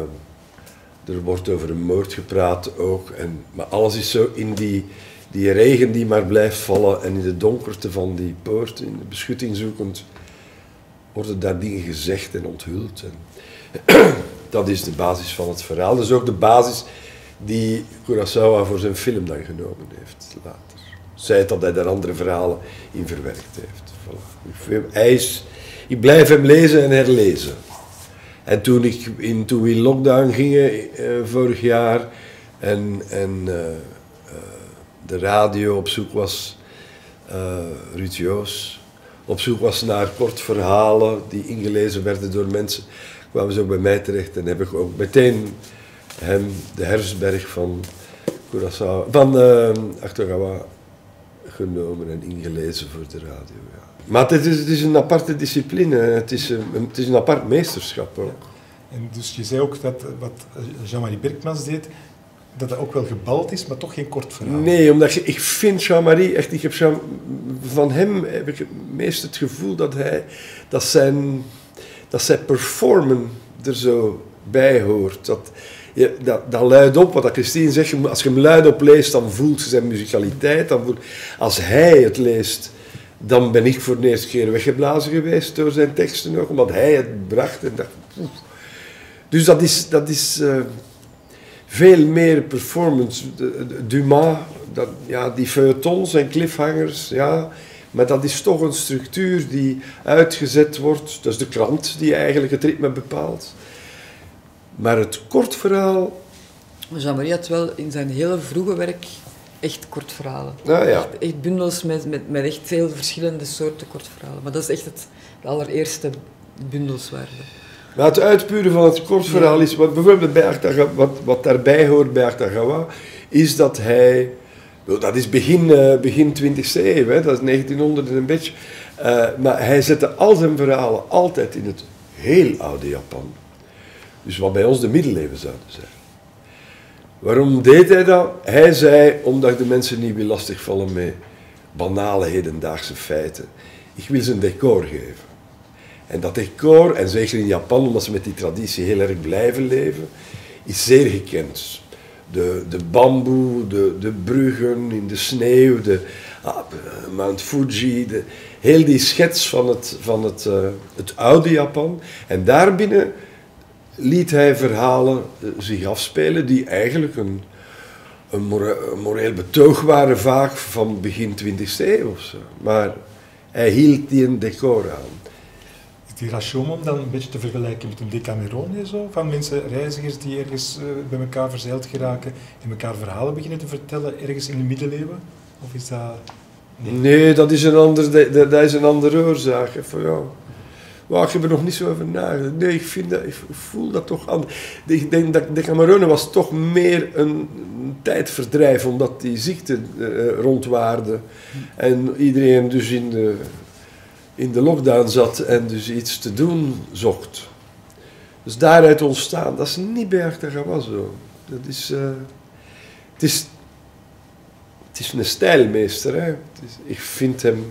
er wordt over een moord gepraat ook. En, maar alles is zo in die, die regen die maar blijft vallen en in de donkerte van die poort, in de beschutting zoekend, worden daar dingen gezegd en onthuld. En dat is de basis van het verhaal. Dat is ook de basis die Kurosawa voor zijn film dan genomen heeft later. Zij dat hij daar andere verhalen in verwerkt heeft. Voilà. Hij is, ik blijf hem lezen en herlezen. En toen, ik in, toen we in lockdown gingen uh, vorig jaar en, en uh, uh, de radio op zoek was, uh, Ruud Joos, op zoek was naar kort verhalen die ingelezen werden door mensen, kwamen ze ook bij mij terecht en heb ik ook meteen hem de Herfstberg van Kurosawa, van uh, Akutagawa genomen en ingelezen voor de radio. Ja. Maar het is, het is een aparte discipline, het is een, het is een apart meesterschap ook. Ja. En dus je zei ook dat wat Jean-Marie Birkmans deed, dat dat ook wel gebald is, maar toch geen kort verhaal. Nee, omdat je, ik vind Jean-Marie echt, ik heb Jean, van hem heb ik het meest het gevoel dat hij, dat zijn, dat zijn performen er zo bij hoort. Dat, je, dat, dat luidt op, wat Christine zegt, als je hem luid op leest, dan voelt je zijn musicaliteit. Dan voelt, als hij het leest, dan ben ik voor de eerste keer weggeblazen geweest door zijn teksten ook, omdat hij het bracht. En dacht, dus dat is, dat is uh, veel meer performance. Dumas, dat, ja, die feuilletons en cliffhangers, ja, maar dat is toch een structuur die uitgezet wordt. Dat is de krant die eigenlijk het ritme bepaalt. Maar het kort verhaal... Jean-Marie had wel in zijn hele vroege werk echt kortverhalen. Ah, ja. echt, echt bundels met, met, met echt veel verschillende soorten kortverhalen. Maar dat is echt het, de allereerste bundels waren. Maar het uitpuren van het kortverhaal is, wat bijvoorbeeld bij Akutagawa, wat, wat daarbij hoort bij Akutagawa, is dat hij, dat is begin, uh, begin twintigste eeuw, hè, dat is negentienhonderd en een beetje, Uh, maar hij zette al zijn verhalen altijd in het heel oude Japan. Dus wat bij ons de middeleeuwen zouden zijn. Waarom deed hij dat? Hij zei, omdat ik de mensen niet wil lastigvallen met banale hedendaagse feiten. Ik wil ze een decor geven. En dat decor, en zeker in Japan, omdat ze met die traditie heel erg blijven leven, is zeer gekend. De, de bamboe, de, de bruggen in de sneeuw, de ah, Mount Fuji, de, heel die schets van het, van het, uh, het oude Japan. En daarbinnen liet hij verhalen uh, zich afspelen die eigenlijk een, een, more, een moreel betoog waren, vaak van begin twintigste eeuw of zo. Maar hij hield die een decor aan. Is die Rashomon dan een beetje te vergelijken met een Decameron en zo? Van mensen, reizigers die ergens uh, bij elkaar verzeild geraken en elkaar verhalen beginnen te vertellen, ergens in de middeleeuwen? Of is dat... Nee, nee dat, is een ander, dat, dat is een andere oorzaak. Van, ja. Maar ik heb er nog niet zo over nagedacht. Nee, ik, vind dat, ik voel dat toch anders. Ik denk dat Decameron was toch meer een, een tijdverdrijf, omdat die ziekte uh, rondwaarde. En iedereen dus in de... in de lockdown zat en dus iets te doen zocht. Dus daaruit ontstaan, dat is niet bij Achtergawa zo. Dat is, uh, het is, het is een stijlmeester. Hè. Het is, ik vind hem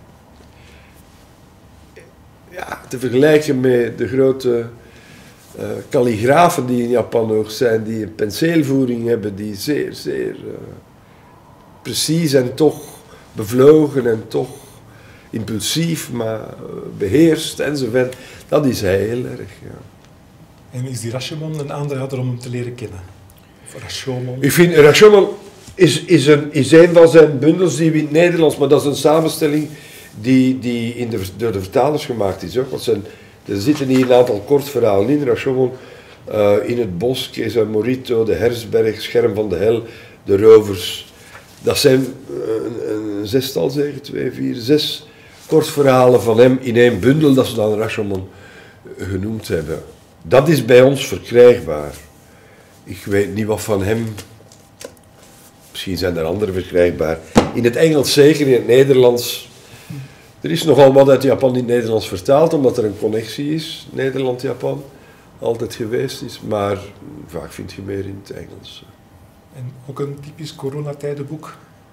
ja, te vergelijken met de grote uh, kalligrafen die in Japan ook zijn, die een penseelvoering hebben, die zeer, zeer uh, precies en toch bevlogen en toch impulsief, maar beheerst enzovoort. Dat is hij heel erg, ja. En is die Rashomon een aanrader om hem te leren kennen? Of Rashomon? Ik vind Rashomon is, is, een, is een van zijn bundels die we in het Nederlands, maar dat is een samenstelling die, die in de, door de vertalers gemaakt is. Ook. Want zijn, er zitten hier een aantal kortverhalen in. Rashomon, uh, In het bos, Keizer Morito, De Hersberg, Scherm van de Hel, De Rovers. Dat zijn een, een zestal, zeggen, twee, vier, zes kortverhalen van hem in één bundel dat ze dan Rashomon genoemd hebben. Dat is bij ons verkrijgbaar. Ik weet niet wat van hem. Misschien zijn er andere verkrijgbaar. In het Engels zeker, in het Nederlands. Er is nogal wat uit Japan in het Nederlands vertaald, omdat er een connectie is. Nederland-Japan altijd geweest is, maar vaak vind je meer in het Engels. En ook een typisch coronatijdenboek?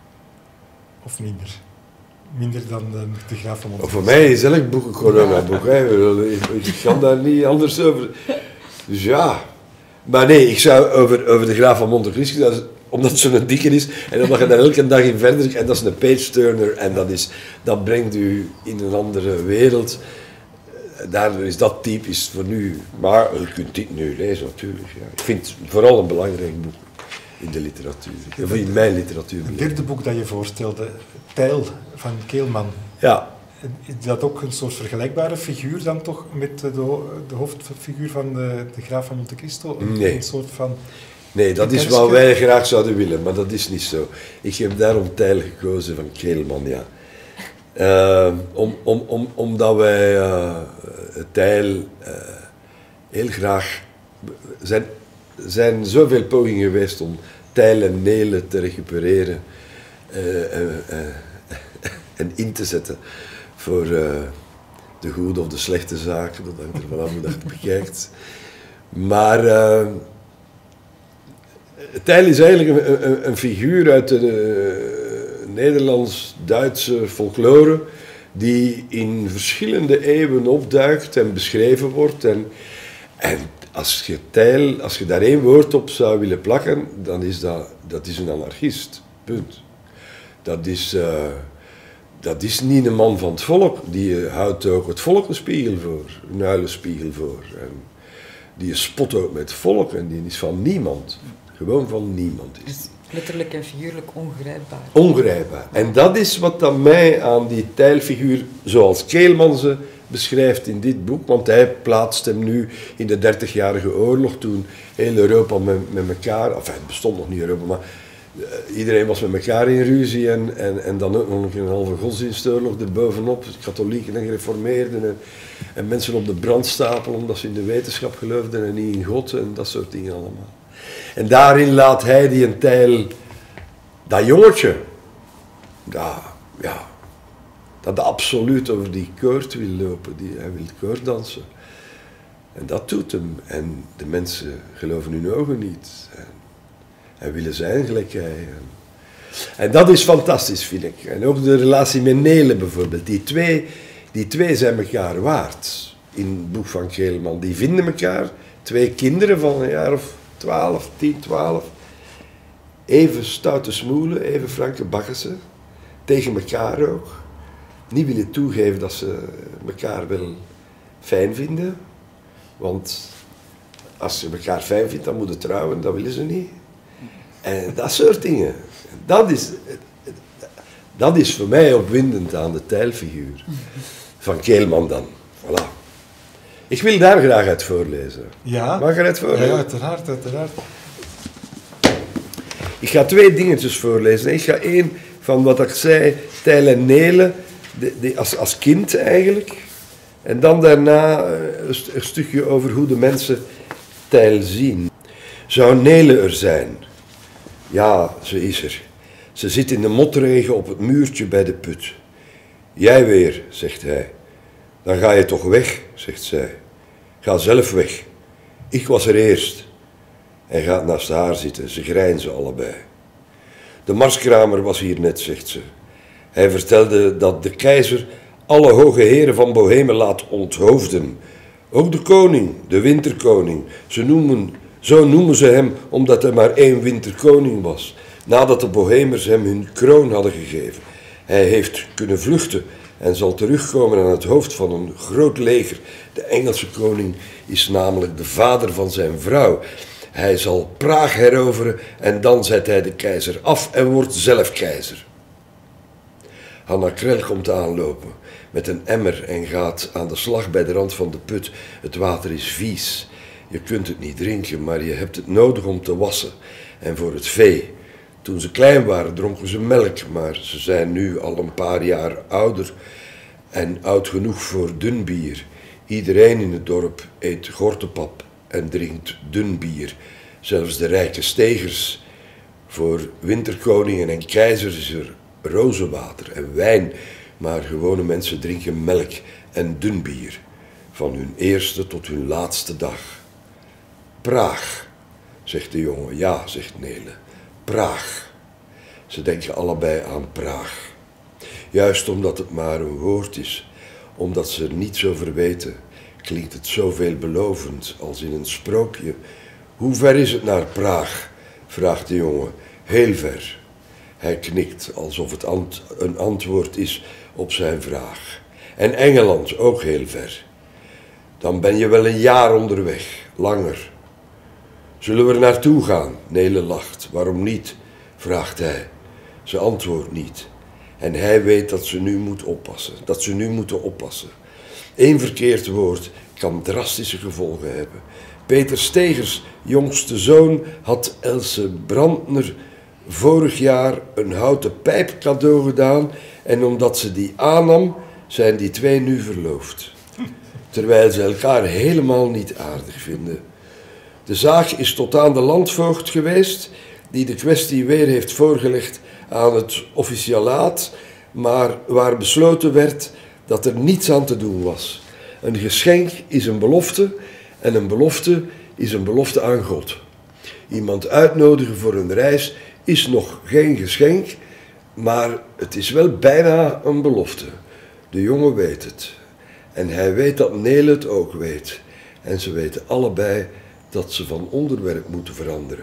Of minder? Minder dan uh, De Graaf van Monte Cristo? Voor mij is elk boek een coronaboek. Hè. Ik kan daar niet anders over. Dus ja. Maar nee, ik zou over, over De Graaf van Monte Cristo, dat is, omdat het zo'n dikke is, en omdat je daar elke dag in verder gaat, en dat is een page-turner, en dat, is, dat brengt u in een andere wereld. Daar is dat typisch voor nu. Maar je kunt dit nu lezen natuurlijk. Ja. Ik vind het vooral een belangrijk boek in de literatuur. Of in mijn literatuur. Het derde boek dat je voorstelde, Tijl van Keelman. Ja. Is dat ook een soort vergelijkbare figuur dan toch met de, de hoofdfiguur van de, de Graaf van Monte Cristo? Nee. Een soort van... Nee, dat is wat wij graag zouden willen, maar dat is niet zo. Ik heb daarom Tijl gekozen van Keelman, ja. Uh, om, om, om, omdat wij uh, Tijl uh, heel graag... Er zijn, zijn zoveel pogingen geweest om Tijl en Nelen te recupereren uh, uh, uh, en in te zetten voor uh, de goede of de slechte zaken. Dat hangt er vanaf hoe dat je bekijkt. Maar uh, Tijl is eigenlijk een, een, een figuur uit de uh, Nederlands-Duitse folklore die in verschillende eeuwen opduikt en beschreven wordt. En, en als je Tijl, als je daar één woord op zou willen plakken, dan is dat, dat is een anarchist. Punt. Dat is, uh, dat is niet een man van het volk. Die houdt ook het volk een spiegel voor, een uilenspiegel voor. En die spot ook met het volk en die is van niemand. Gewoon van niemand is die. Letterlijk en figuurlijk ongrijpbaar. Ongrijpbaar. En dat is wat dan mij aan die Tijlfiguur, zoals Keelman ze beschrijft in dit boek, want hij plaatst hem nu in de dertigjarige oorlog, toen heel Europa met, met elkaar, enfin het bestond nog niet Europa, maar uh, iedereen was met elkaar in ruzie en, en, en dan ook nog een halve godsdienstoorlog erbovenop, katholieken en gereformeerden en, en mensen op de brandstapel omdat ze in de wetenschap geloofden en niet in God en dat soort dingen allemaal. En daarin laat hij die een Tijl, dat jongetje, dat, ja, dat hij absoluut over die koord wil lopen, die, hij wil koorddansen. En dat doet hem. En de mensen geloven hun ogen niet. En, en willen zijn gelijk hij. En, en dat is fantastisch, vind ik. En ook de relatie met Nele bijvoorbeeld. Die twee, die twee zijn elkaar waard. In het boek van Keelman. Die vinden elkaar. Twee kinderen van een jaar of twaalf, tien, twaalf. Even stoute smoelen, even franke bakkersen. Tegen elkaar ook. Niet willen toegeven dat ze elkaar wel fijn vinden. Want als je elkaar fijn vindt, dan moet je trouwen. Dat willen ze niet. En dat soort dingen. Dat is, dat is voor mij opwindend aan de tijlfiguur. Van Keelman dan. Voilà. Ik wil daar graag uit voorlezen. Ja. Mag ik eruit voorlezen? Ja, uiteraard, uiteraard. Ik ga twee dingetjes voorlezen. Ik ga één van wat ik zei, Tijl en Nele, de, de, als, als kind eigenlijk. En dan daarna een, een stukje over hoe de mensen Tijl zien. Zou Nele er zijn? Ja, ze is er. Ze zit in de motregen op het muurtje bij de put. Jij weer, zegt hij. Dan ga je toch weg, zegt zij. Ga zelf weg. Ik was er eerst. Hij gaat naast haar zitten, ze grijnzen allebei. De marskramer was hier net, zegt ze. Hij vertelde dat de keizer alle hoge heren van Bohemen laat onthoofden. Ook de koning, de winterkoning. Ze noemen, zo noemen ze hem omdat er maar één winterkoning was. Nadat de Bohemers hem hun kroon hadden gegeven. Hij heeft kunnen vluchten en zal terugkomen aan het hoofd van een groot leger. De Engelse koning is namelijk de vader van zijn vrouw. Hij zal Praag heroveren en dan zet hij de keizer af en wordt zelf keizer. Hanna Krel komt aanlopen met een emmer en gaat aan de slag bij de rand van de put. Het water is vies. Je kunt het niet drinken, maar je hebt het nodig om te wassen. En voor het vee. Toen ze klein waren dronken ze melk, maar ze zijn nu al een paar jaar ouder en oud genoeg voor dun bier. Iedereen in het dorp eet gortepap en drinkt dun bier. Zelfs de rijke stegers. Voor winterkoningen en keizers is er rozenwater en wijn, maar gewone mensen drinken melk en dun bier. Van hun eerste tot hun laatste dag. Praag, zegt de jongen. Ja, zegt Nele. Praag. Ze denken allebei aan Praag. Juist omdat het maar een woord is, omdat ze er niets over weten, klinkt het zo veelbelovend als in een sprookje. Hoe ver is het naar Praag? Vraagt de jongen. Heel ver. Hij knikt alsof het ant- een antwoord is op zijn vraag. En Engeland ook heel ver. Dan ben je wel een jaar onderweg, langer. Zullen we er naartoe gaan? Nele lacht. Waarom niet? Vraagt hij. Ze antwoordt niet. En hij weet dat ze nu moet oppassen. Dat ze nu moeten oppassen. Eén verkeerd woord kan drastische gevolgen hebben. Peter Stegers, jongste zoon, had Else Brandner vorig jaar een houten pijp cadeau gedaan. En omdat ze die aannam, zijn die twee nu verloofd. Terwijl ze elkaar helemaal niet aardig vinden. De zaak is tot aan de landvoogd geweest, die de kwestie weer heeft voorgelegd aan het officialaat, maar waar besloten werd dat er niets aan te doen was. Een geschenk is een belofte en een belofte is een belofte aan God. Iemand uitnodigen voor een reis is nog geen geschenk, maar het is wel bijna een belofte. De jongen weet het. En hij weet dat Nele het ook weet. En ze weten allebei dat ze van onderwerp moeten veranderen.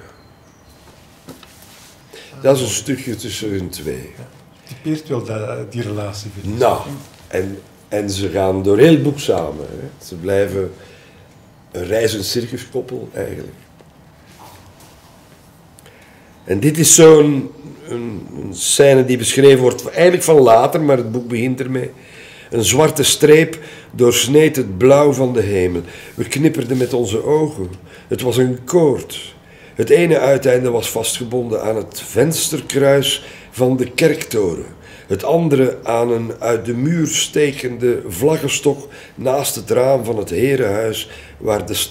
Dat is een stukje tussen hun twee. Het typeert wel dat, die relatie. Vind ik. Nou, en, en ze gaan door heel het boek samen. Hè. Ze blijven een reizend circuskoppel eigenlijk. En dit is zo'n een, een scène die beschreven wordt eigenlijk van later, maar het boek begint ermee. Een zwarte streep doorsneed het blauw van de hemel. We knipperden met onze ogen. Het was een koord. Het ene uiteinde was vastgebonden aan het vensterkruis van de kerktoren. Het andere aan een uit de muur stekende vlaggenstok naast het raam van het herenhuis waar de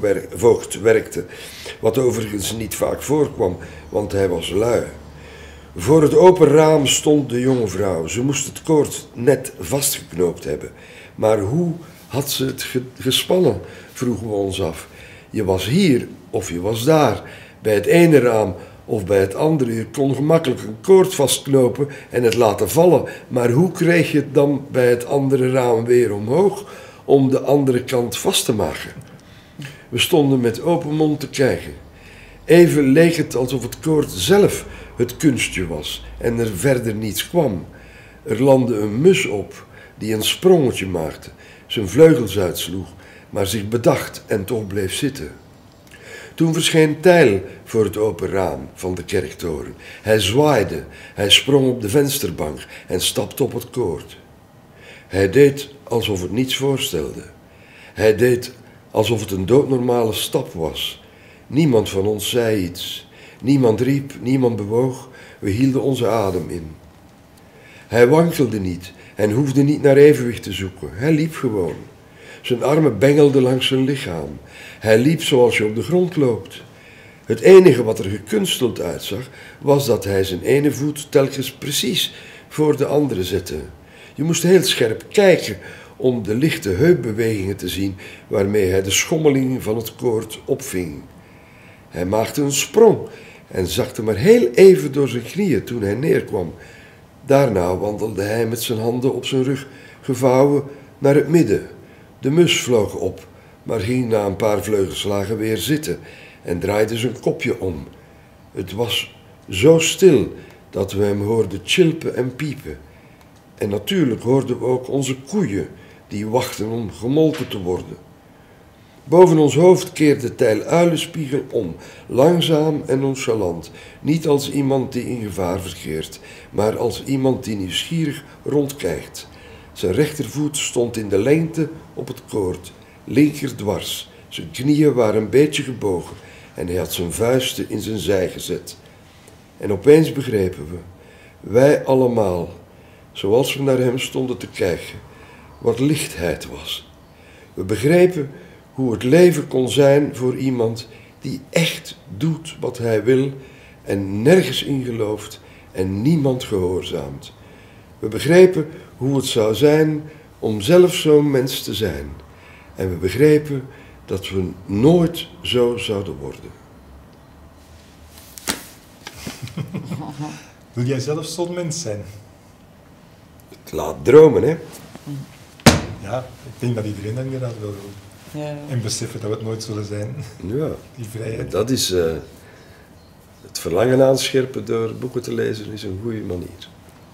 stadsvoogd werkte. Wat overigens niet vaak voorkwam, want hij was lui. Voor het open raam stond de jonge vrouw. Ze moest het koord net vastgeknoopt hebben. Maar hoe had ze het ge- gespannen, vroegen we ons af. Je was hier of je was daar, bij het ene raam of bij het andere. Je kon gemakkelijk een koord vastknopen en het laten vallen. Maar hoe kreeg je het dan bij het andere raam weer omhoog om de andere kant vast te maken? We stonden met open mond te kijken. Even leek het alsof het koord zelf het kunstje was en er verder niets kwam. Er landde een mus op die een sprongetje maakte, zijn vleugels uitsloeg, maar zich bedacht en toch bleef zitten. Toen verscheen Tijl voor het open raam van de kerktoren. Hij zwaaide, hij sprong op de vensterbank en stapte op het koord. Hij deed alsof het niets voorstelde. Hij deed alsof het een doodnormale stap was. Niemand van ons zei iets. Niemand riep, niemand bewoog. We hielden onze adem in. Hij wankelde niet en hoefde niet naar evenwicht te zoeken. Hij liep gewoon. Zijn armen bengelden langs zijn lichaam. Hij liep zoals je op de grond loopt. Het enige wat er gekunsteld uitzag, was dat hij zijn ene voet telkens precies voor de andere zette. Je moest heel scherp kijken om de lichte heupbewegingen te zien waarmee hij de schommeling van het koord opving. Hij maakte een sprong en zakte maar heel even door zijn knieën toen hij neerkwam. Daarna wandelde hij met zijn handen op zijn rug gevouwen naar het midden. De mus vloog op, maar ging na een paar vleugelslagen weer zitten en draaide zijn kopje om. Het was zo stil dat we hem hoorden chilpen en piepen. En natuurlijk hoorden we ook onze koeien die wachten om gemolken te worden. Boven ons hoofd keerde Tijl Uilenspiegel om, langzaam en nonchalant. Niet als iemand die in gevaar verkeert, maar als iemand die nieuwsgierig rondkijkt. Zijn rechtervoet stond in de lengte op het koord, linker dwars. Zijn knieën waren een beetje gebogen en hij had zijn vuisten in zijn zij gezet. En opeens begrepen we, wij allemaal, zoals we naar hem stonden te kijken, wat lichtheid was. We begrepen hoe het leven kon zijn voor iemand die echt doet wat hij wil en nergens in gelooft en niemand gehoorzaamt. We begrepen hoe het zou zijn om zelf zo'n mens te zijn. En we begrepen dat we nooit zo zouden worden. Wil jij zelf zo'n mens zijn? Het laat dromen, hè? Ja, ik denk dat iedereen dat inderdaad wel wil. Ja. En beseffen dat we het nooit zullen zijn. Ja, Die vrijheid. dat is... Uh, het verlangen aanscherpen door boeken te lezen is een goede manier.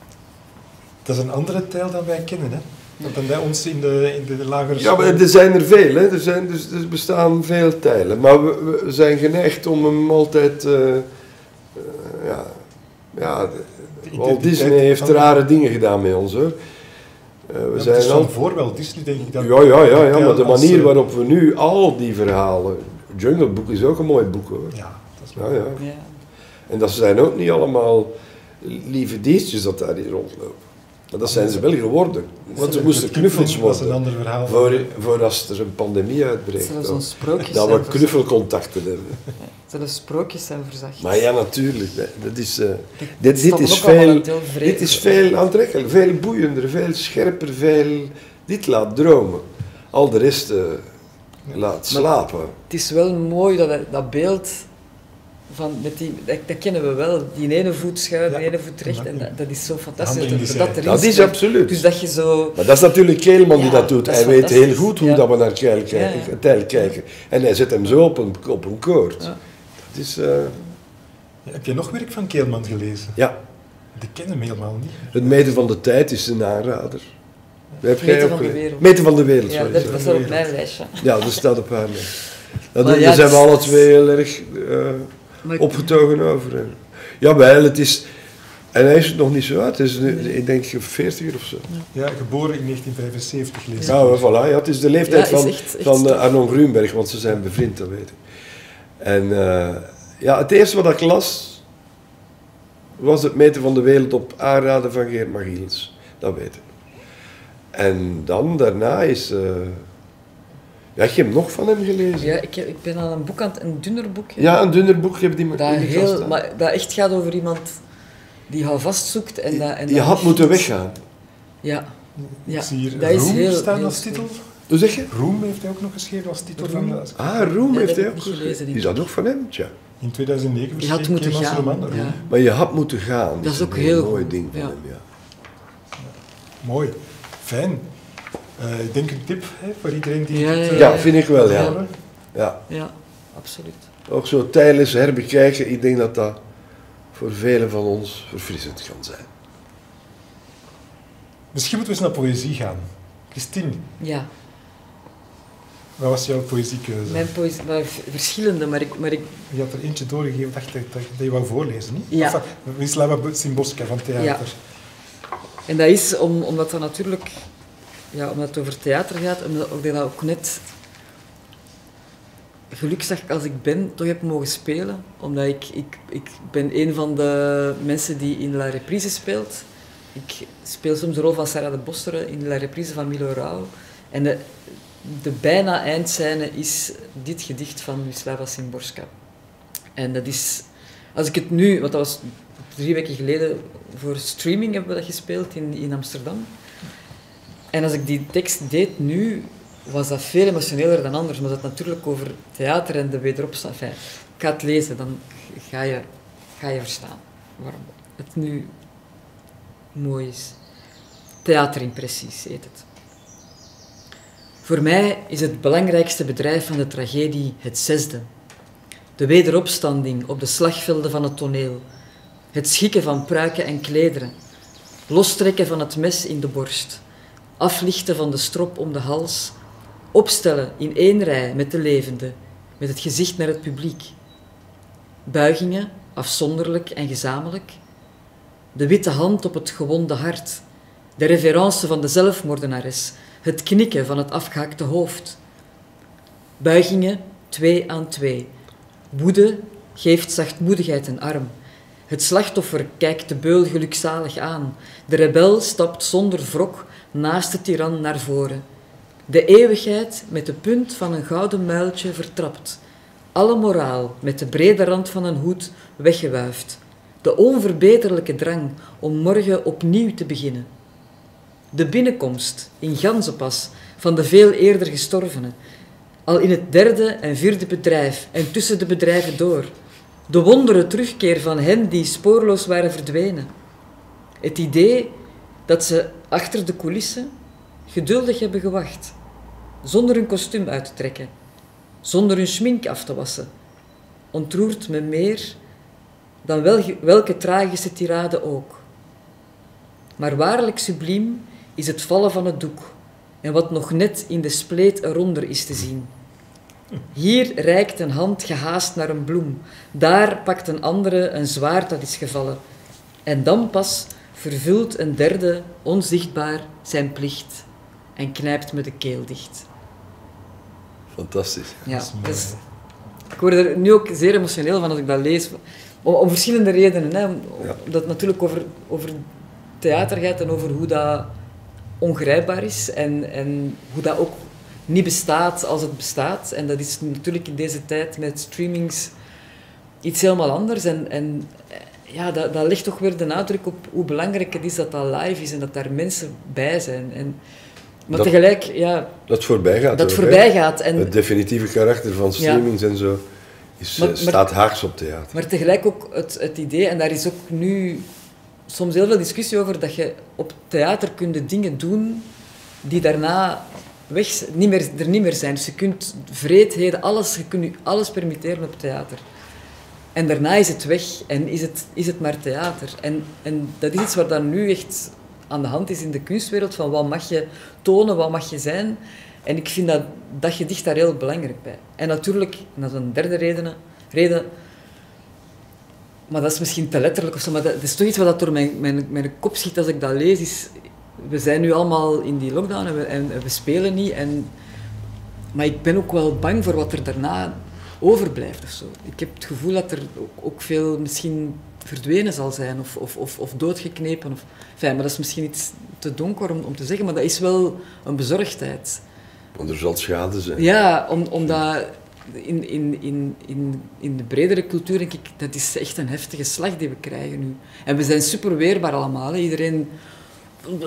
Dat is een andere Tijl dan wij kennen, hè? Dat dan bij ons in de, in de lagere Ja, maar er zijn er veel, hè. Er, zijn, dus, er bestaan veel Tijlen. Maar we, we zijn geneigd om hem altijd... Uh, uh, ja, ja, de, Walt Disney heeft van... rare dingen gedaan met ons, hoor. Uh, we ja, zijn het is al... van voor Walt Disney, denk ik. Dat ja, ja, ja, ja, maar de als, manier uh... waarop we nu al die verhalen... Jungle Book is ook een mooi boek, hoor. Ja, dat is ja, wel... ja. Ja. En dat zijn ook niet allemaal lieve diertjes dat daar hier rondlopen. Maar dat zijn ze wel geworden. Want ze moesten knuffels worden. Dat is een ander verhaal. Voor, voor als er een pandemie uitbreekt. Dat we knuffelcontacten hebben. Zelfs sprookjes zijn verzacht. Maar ja, natuurlijk. Dat is, uh, dit, dit, is veel, dit is veel aantrekkelijker, veel boeiender, veel scherper, veel... Dit laat dromen. Al de rest uh, laat slapen. Maar het is wel mooi dat dat beeld... Van met die, dat, dat kennen we wel, die ene voet schuin, die ja, ene voet recht, en dat, dat is zo fantastisch. Dat, dat, dat, dat is absoluut. Dus dat je zo... Maar dat is natuurlijk Keelman ja, die dat doet. Dat hij weet heel goed hoe ja. dat we naar Tijl kijken, ja, ja. Tijl kijken. En hij zet hem zo op een, op een koord. Ja. Dat is, uh... ja, heb je nog werk van Keelman gelezen? Ja. Die kennen hem helemaal niet. Het Meten van de Tijd is een aanrader. Ja. Meten van de Wereld. Meten van de Wereld, ja, sorry. Dat was er op mijn lijstje. Ja, dat staat op haar lijst. Nou, daar ja, zijn we alle twee heel erg... Uh, Maar opgetogen over. Jawel, het is... En hij is het nog niet zo uit. Het is, nee. Ik denk, veertig of zo. Ja, geboren in negentien vijfenzeventig, lees ik. Ja, ja, voilà. Ja, het is de leeftijd ja, van, echt, echt van uh, Arnon Grunberg, want ze zijn bevriend, dat weet ik. En uh, ja, het eerste wat ik las, was het Meten van de Wereld op aanraden van Geert Magiels. Dat weet ik. En dan, daarna is... Uh, Ja, je hebt nog van hem gelezen? Ja, ik, heb, ik ben aan een boek aan het... Een dunner boek. Ja, ja een dunner boek. Heb die dat, heel, maar, dat echt gaat over iemand die houvast zoekt. En dat, en je dat had ligt- moeten weggaan. Ja. Ik ja. zie hier Dat is Roem heel- staan heel als slim. titel. Hoe zeg je? Roem heeft hij ook nog geschreven als titel van de... Ah, Roem Ja, heeft dat hij heb ook ik niet geschreven. gelezen, denk Is dat ik. nog van hem? Tja. In tweeduizend negen Je had verscheen moeten Kees als gaan. roman. Roem. Ja. Maar je had moeten gaan. Dat is een ook heel mooi goed. ding van Ja. hem, ja. Mooi. Fijn. Uh, ik denk een tip hè, voor iedereen die Ja, het, ja, uh, Ja, vind ik wel, ja. horen. ja. Ja, absoluut. Ook zo tijdens herbekijken, ik denk dat dat voor velen van ons verfrissend kan zijn. Misschien moeten we eens naar poëzie gaan. Christine, Ja, wat was jouw poëziekeuze? mijn poëzie, maar v- verschillende, maar ik, maar ik Je had er eentje doorgegeven, dacht ik, dat, dat je wou voorlezen, niet? Ja. Enfin, Wisława Szymborska van theater. Ja. En dat is om, omdat dat natuurlijk, ja, omdat het over theater gaat, omdat ik dat ook net gelukkig als ik ben, toch heb mogen spelen. Omdat ik, ik, ik ben een van de mensen die in La Reprise speelt. Ik speel soms de rol van Sarah de Bosteren in La Reprise van Milo Rauw. En de, de bijna eindscène is dit gedicht van Wisława Szymborska. En dat is, als ik het nu, want dat was drie weken geleden voor streaming hebben we dat gespeeld in, in Amsterdam. En als ik die tekst deed nu, was dat veel emotioneler dan anders. Maar dat het natuurlijk over theater en de wederopstand. Enfin, ik ga het lezen, dan ga je, ga je verstaan waarom het nu mooi is. Theaterimpressies heet het. Voor mij is het belangrijkste bedrijf van de tragedie het zesde. De wederopstanding op de slagvelden van het toneel. Het schikken van pruiken en klederen. Lostrekken van het mes in de borst. Aflichten van de strop om de hals. Opstellen in één rij met de levende, met het gezicht naar het publiek. Buigingen, afzonderlijk en gezamenlijk. De witte hand op het gewonde hart. De reverence van de zelfmoordenares. Het knikken van het afgehakte hoofd. Buigingen, twee aan twee. Woede geeft zachtmoedigheid een arm. Het slachtoffer kijkt de beul gelukzalig aan. De rebel stapt zonder wrok naast de tiran naar voren. De eeuwigheid met de punt van een gouden muiltje vertrapt. Alle moraal met de brede rand van een hoed weggewuifd. De onverbeterlijke drang om morgen opnieuw te beginnen. De binnenkomst in ganzenpas van de veel eerder gestorvenen. Al in het derde en vierde bedrijf en tussen de bedrijven door. De wondere terugkeer van hen die spoorloos waren verdwenen. Het idee dat ze achter de coulissen geduldig hebben gewacht, zonder hun kostuum uit te trekken, zonder hun schmink af te wassen, ontroert me meer dan welke, welke tragische tirade ook. Maar waarlijk subliem is het vallen van het doek en wat nog net in de spleet eronder is te zien. Hier reikt een hand gehaast naar een bloem, daar pakt een andere een zwaard dat is gevallen. En dan pas vervult een derde, onzichtbaar, zijn plicht en knijpt me de keel dicht. Fantastisch. Ja, Dat is mooi, dus ik word er nu ook zeer emotioneel van als ik dat lees. Om, om verschillende redenen. Hè. Om- Ja. Omdat het natuurlijk over, over theater gaat en over hoe dat ongrijpbaar is. En, en hoe dat ook niet bestaat als het bestaat. En dat is natuurlijk in deze tijd met streamings iets helemaal anders. En, en ja, dat, dat legt toch weer de nadruk op hoe belangrijk het is dat dat live is en dat daar mensen bij zijn. En, maar Dat- tegelijk, ja, Dat voorbij gaat. dat ook, hè. voorbij gaat. En, Het definitieve karakter van streamings en zo is, Maar- eh, maar- staat haaks op theater. Maar tegelijk ook het, het idee, en daar is ook nu soms heel veel discussie over, dat je op theater kunt dingen doen die daarna weg, z- niet meer, er niet meer zijn. Dus je kunt vreedheden, alles, je kunt je alles permitteren op theater. En daarna is het weg en is het, is het maar theater. En, en dat is iets wat dan nu echt aan de hand is in de kunstwereld, van wat mag je tonen, wat mag je zijn. En ik vind dat, dat gedicht daar heel belangrijk bij. En natuurlijk, en dat is een derde reden, reden maar dat is misschien te letterlijk of zo, maar dat, dat is toch iets wat dat door mijn, mijn, mijn kop schiet als ik dat lees. Is, we zijn nu allemaal in die lockdown en we, en we spelen niet. En, maar ik ben ook wel bang voor wat er daarna overblijft of zo. Ik heb het gevoel dat er ook, ook veel misschien verdwenen zal zijn of, of, of, of doodgeknepen. Of, enfin, maar dat is misschien iets te donker om, om te zeggen, maar dat is wel een bezorgdheid. Want er zal schade zijn. Ja, om, omdat in, in, in, in, in de bredere cultuur denk ik, dat is echt een heftige slag die we krijgen nu. En we zijn super weerbaar allemaal. Hè. Iedereen uh,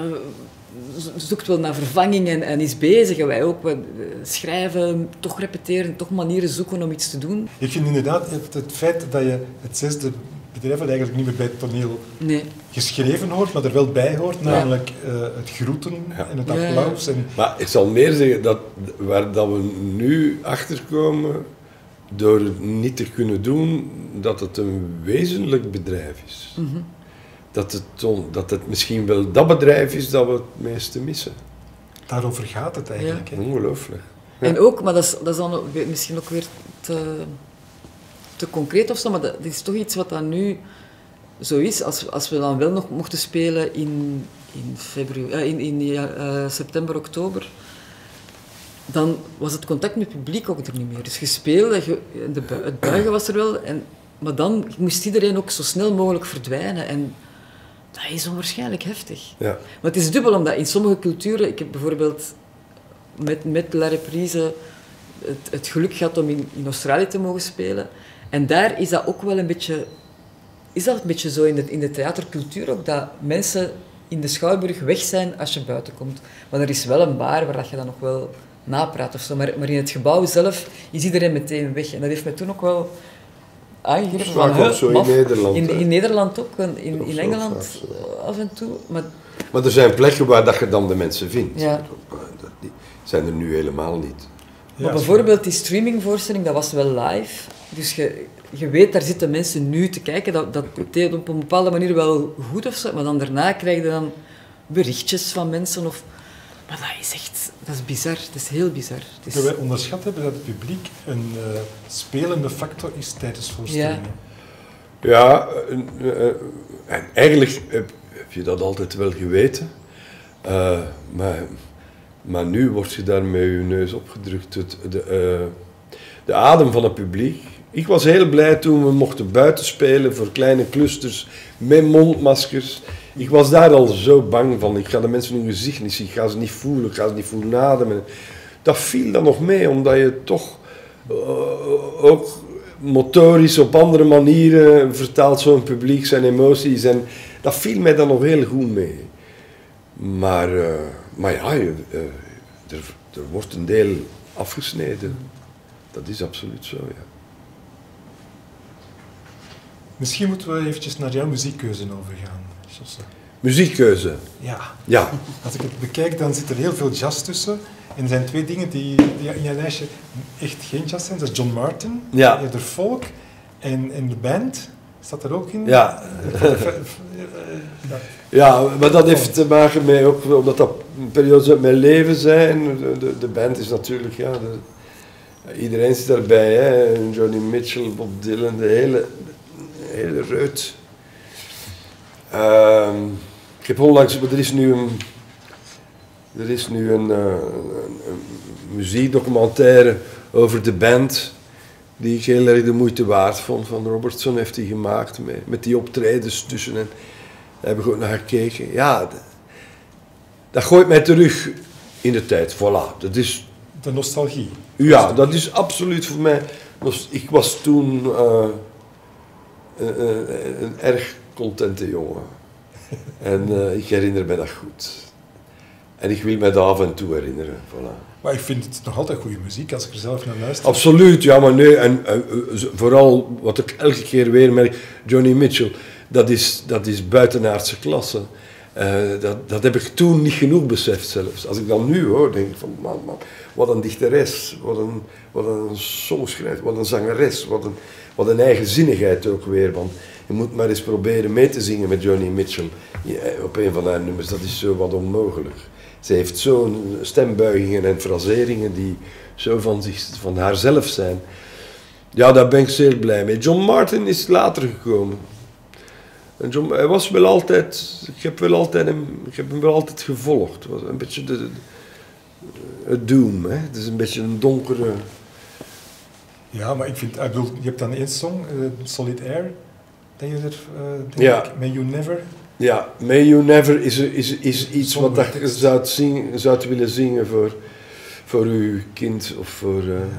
zoekt wel naar vervanging en, en is bezig. En wij ook. We schrijven, toch repeteren, toch manieren zoeken om iets te doen. Ik vind inderdaad het, het feit dat je het zesde bedrijf eigenlijk niet meer bij het toneel nee. geschreven hoort, maar er wel bij hoort, namelijk uh, het groeten ja. en het applaus. En... Maar ik zal meer zeggen, dat waar dat we nu achterkomen, door het niet te kunnen doen, dat het een wezenlijk bedrijf is. Mm-hmm. Dat, het, dat het misschien wel dat bedrijf is dat we het meeste missen. Daarover gaat het eigenlijk. Ja. Hè? Ongelooflijk. Ja. En ook, maar dat is, dat is dan ook, misschien ook weer te, te concreet of zo, maar dat is toch iets wat dan nu zo is. Als, als we dan wel nog mochten spelen in, in, februari, uh, in, in uh, september, oktober, dan was het contact met het publiek ook er niet meer. Dus je speelde, je, de, het buigen was er wel, en, maar dan moest iedereen ook zo snel mogelijk verdwijnen. En dat is onwaarschijnlijk heftig. Ja. Maar het is dubbel, omdat in sommige culturen, ik heb bijvoorbeeld met, met La Reprise het, het geluk gehad om in, in Australië te mogen spelen. En daar is dat ook wel een beetje, is dat een beetje zo in de, in de theatercultuur ook, dat mensen in de Schouwburg weg zijn als je buiten komt. Maar er is wel een bar waar je dan nog wel napraat of zo. Maar, maar in het gebouw zelf is iedereen meteen weg. En dat heeft mij toen ook wel aangegeven van, ook zo in Nederland. In, in Nederland ook, in, in, in Engeland vaak, af en toe. Maar, maar er zijn plekken waar dat je dan de mensen vindt. Ja. Die zijn er nu helemaal niet. Maar Ja, bijvoorbeeld die streamingvoorstelling, dat was wel live. Dus je, je weet, daar zitten mensen nu te kijken. Dat, dat deed op een bepaalde manier wel goed of zo. Maar dan daarna krijg je dan berichtjes van mensen. Of, maar dat is echt, dat is bizar. Dat is heel bizar. Het is... Dat wij onderschat hebben dat het publiek een uh, spelende factor is tijdens voorstellingen. Ja, ja uh, uh, en eigenlijk heb, heb je dat altijd wel geweten. Uh, maar, maar nu word je daar met je neus opgedrukt. Het, de, uh, de adem van het publiek. Ik was heel blij toen we mochten buiten spelen voor kleine clusters met mondmaskers. Ik was daar al zo bang van. Ik ga de mensen in hun gezicht niet zien. Ik ga ze niet voelen. Ik ga ze niet voelen ademen. Dat viel dan nog mee, omdat je toch uh, ook motorisch op andere manieren vertaalt zo'n publiek zijn emoties. En dat viel mij dan nog heel goed mee. Maar, uh, maar ja, je, uh, er, er wordt een deel afgesneden. Dat is absoluut zo, ja. Misschien moeten we eventjes naar jouw muziekkeuze overgaan, Josse. Muziekkeuze? Ja. Ja. Als ik het bekijk, dan zit er heel veel jazz tussen. En er zijn twee dingen die, die in je lijstje echt geen jazz zijn. Dat is John Martin, Ja. de folk en, en de band. Staat er ook in? Ja. Ja. Ja, maar dat heeft te maken met, ook omdat dat periodes uit mijn leven zijn. De, de, de band is natuurlijk, ja, de, iedereen zit daarbij, hè. Joni Mitchell, Bob Dylan, de hele, de hele reut. Uh, ik heb onlangs, maar er is nu een, er is nu een, uh, een, een muziekdocumentaire over de band, die ik heel erg de moeite waard vond. Van Robertson heeft die gemaakt, met, met die optredens tussen. En daar heb ik ook naar gekeken. Ja, dat, dat gooit mij terug in de tijd. Voilà, dat is... De nostalgie. Ja, dat is absoluut voor mij... Ik was toen uh, een, een, een erg contente jongen. En uh, ik herinner me dat goed. En ik wil me dat af en toe herinneren. Voilà. Maar ik vind het nog altijd goede muziek als ik er zelf naar luister. Absoluut, ja, maar nee. En uh, vooral wat ik elke keer weer merk, Joni Mitchell, dat is, dat is buitenaardse klasse. Uh, dat, dat heb ik toen niet genoeg beseft zelfs. Als ik dan nu hoor, denk ik van, man, man, wat een dichteres, wat een, wat een songschrijver, wat een zangeres, wat een, wat een eigenzinnigheid ook weer. Want je moet maar eens proberen mee te zingen met Joni Mitchell ja, op een van haar nummers, dat is zo wat onmogelijk. Ze heeft zo'n stembuigingen en fraseringen die zo van, zich, van haarzelf zijn. Ja, daar ben ik zeer blij mee. John Martin is later gekomen. En John, hij was wel altijd, ik heb, wel altijd hem, ik heb hem wel altijd gevolgd. Het was een beetje de, de, het doom, hè. Het is een beetje een donkere... Ja, maar ik vind, ik bedoel, je hebt dan één song, uh, Solid Air, dat je er, uh, denk Ja. ik, May You Never. Ja, May You Never is, is, is iets wat dat je zou, zingen, zou willen zingen voor, voor uw kind of voor... Uh, Ja.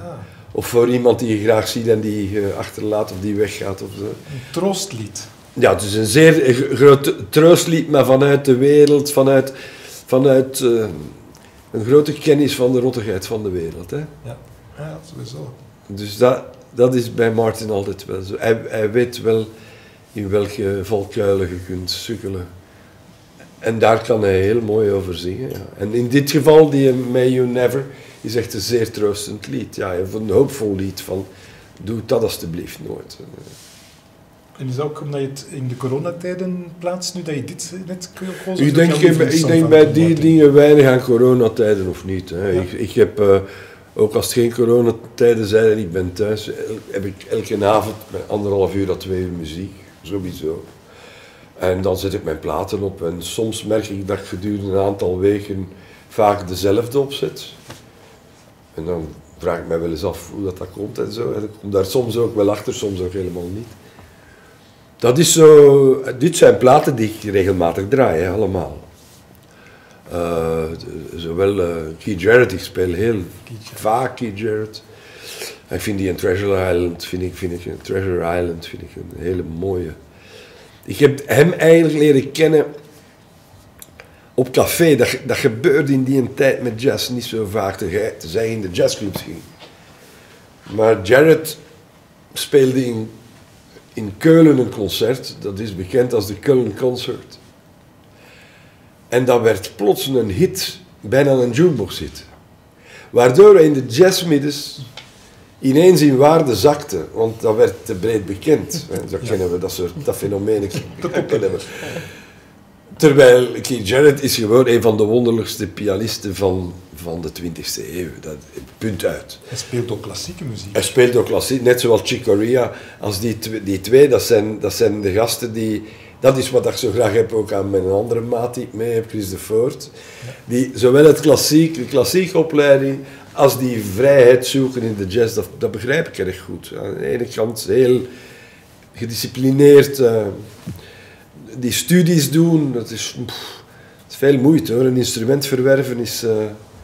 Of voor iemand die je graag ziet en die je achterlaat of die weggaat. Of zo. Een troostlied. Ja, het is een zeer groot troostlied, maar vanuit de wereld, vanuit, vanuit uh, een grote kennis van de rottigheid van de wereld. Hè? Ja. Ja, sowieso. Dus dat, dat is bij Martin altijd wel zo. Hij, hij weet wel in welke valkuilen je kunt sukkelen. En daar kan hij heel mooi over zingen. Ja. En in dit geval, die May You Never, is echt een zeer troostend lied. Ja, een hoopvol lied van, doe dat alstublieft nooit. En is dat ook omdat je het in de coronatijden plaatst, nu dat je dit net koos? Ik denk, ik, ik denk bij die Martin? dingen weinig aan coronatijden of niet. Hè. Ja. Ik, ik heb, uh, ook als het geen coronatijden zijn en ik ben thuis, heb ik elke avond anderhalf uur à twee uur muziek. Sowieso. En dan zet ik mijn platen op en soms merk ik dat ik gedurende een aantal weken vaak dezelfde opzet. En dan vraag ik mij wel eens af hoe dat, dat komt en zo. En ik kom daar soms ook wel achter, soms ook helemaal niet. Dat is zo, dit zijn platen die ik regelmatig draai, hè, allemaal. Uh, zowel uh, Keith Jarrett, ik speel heel Keith vaak Keith Jarrett. Ik vind die in Treasure Island, vind ik, vind ik, Treasure Island vind ik een hele mooie. Ik heb hem eigenlijk leren kennen op café. Dat, dat gebeurde in die tijd met jazz niet zo vaak, te, te zijn in de jazzclubs ging. Maar Jarrett speelde in, in Keulen een concert, dat is bekend als de Keulen Concert. En dat werd plots een hit, bijna een jukebox hit. Waardoor hij in de jazzmiddens ineens in waarde zakte, want dat werd te breed bekend. Dat kennen we, dat soort dat fenomeen kennen we. Terwijl Keith Jarrett is gewoon een van de wonderlijkste pianisten van, van de twintigste eeuw. Dat, punt uit. Hij speelt ook klassieke muziek. Hij speelt ook klassiek, net zoals Chick Corea. Als die, die twee, dat zijn, dat zijn de gasten die... Dat is wat ik zo graag heb ook aan mijn andere maat die ik mee heb, Chris de Voort. Die zowel het klassiek, de klassieke opleiding als die vrijheid zoeken in de jazz, dat, dat begrijp ik erg goed. Aan de ene kant heel gedisciplineerd uh, die studies doen, dat is, pff, dat is veel moeite hoor. Een instrument verwerven is, uh,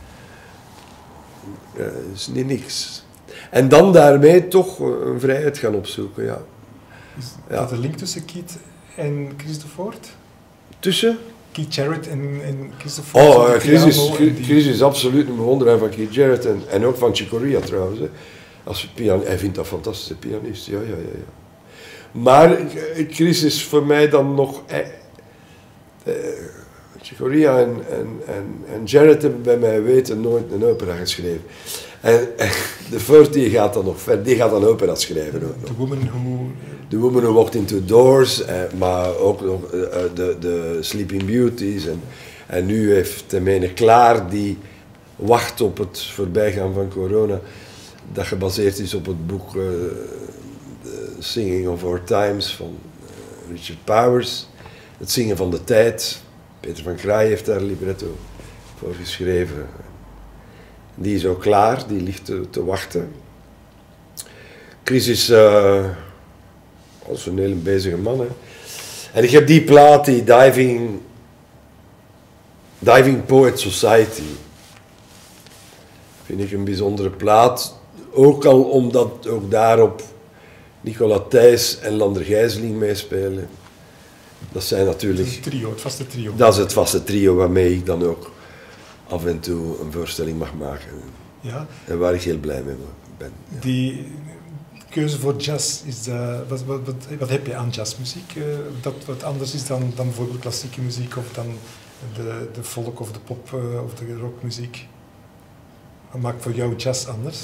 uh, is niet niks. En dan daarmee toch een vrijheid gaan opzoeken, ja. Is dat ja. de link tussen Keith en Chris de Voort? Tussen? Keith Jarrett en, en Chris de Voort. Oh, uh, Chris, is, die... Chris is absoluut een bewonderaar van Keith Jarrett en, en ook van Chick Corea trouwens. Hè. Als pian, hij vindt dat een fantastische pianist, ja, ja, ja, ja. Maar Chris is voor mij dan nog... Eh, eh, Chick Corea en, en, en, en Jarrett hebben bij mij weten nooit een opera geschreven. En, en de Voort die gaat dan nog verder, die gaat dan opera schrijven. Ook The Woman Who... The Woman Who Walked Into Doors, eh, maar ook nog uh, de, de Sleeping Beauties. En, en nu heeft Temene Klaar, die wacht op het voorbijgaan van corona, dat gebaseerd is op het boek uh, Singing of Our Times van uh, Richard Powers. Het zingen van de tijd. Peter van Kraai heeft daar libretto voor geschreven. Die is ook klaar, die ligt te, te wachten. Chris is uh, als een hele bezige man. Hè. En ik heb die plaat, die Diving, Diving Poet Society. Vind ik een bijzondere plaat. Ook al omdat ook daarop Nicola Thijs en Lander Gijsling meespelen. Dat zijn natuurlijk... Dat is het trio, het vaste trio. Dat is het vaste trio waarmee ik dan ook af en toe een voorstelling mag maken. Ja. En waar ik heel blij mee ben. Ja. Die keuze voor jazz, is dat, wat, wat, wat, wat heb je aan jazzmuziek? Uh, dat wat anders is dan, dan bijvoorbeeld klassieke muziek of dan de, de folk of de pop uh, of de rockmuziek? Wat maakt voor jou jazz anders?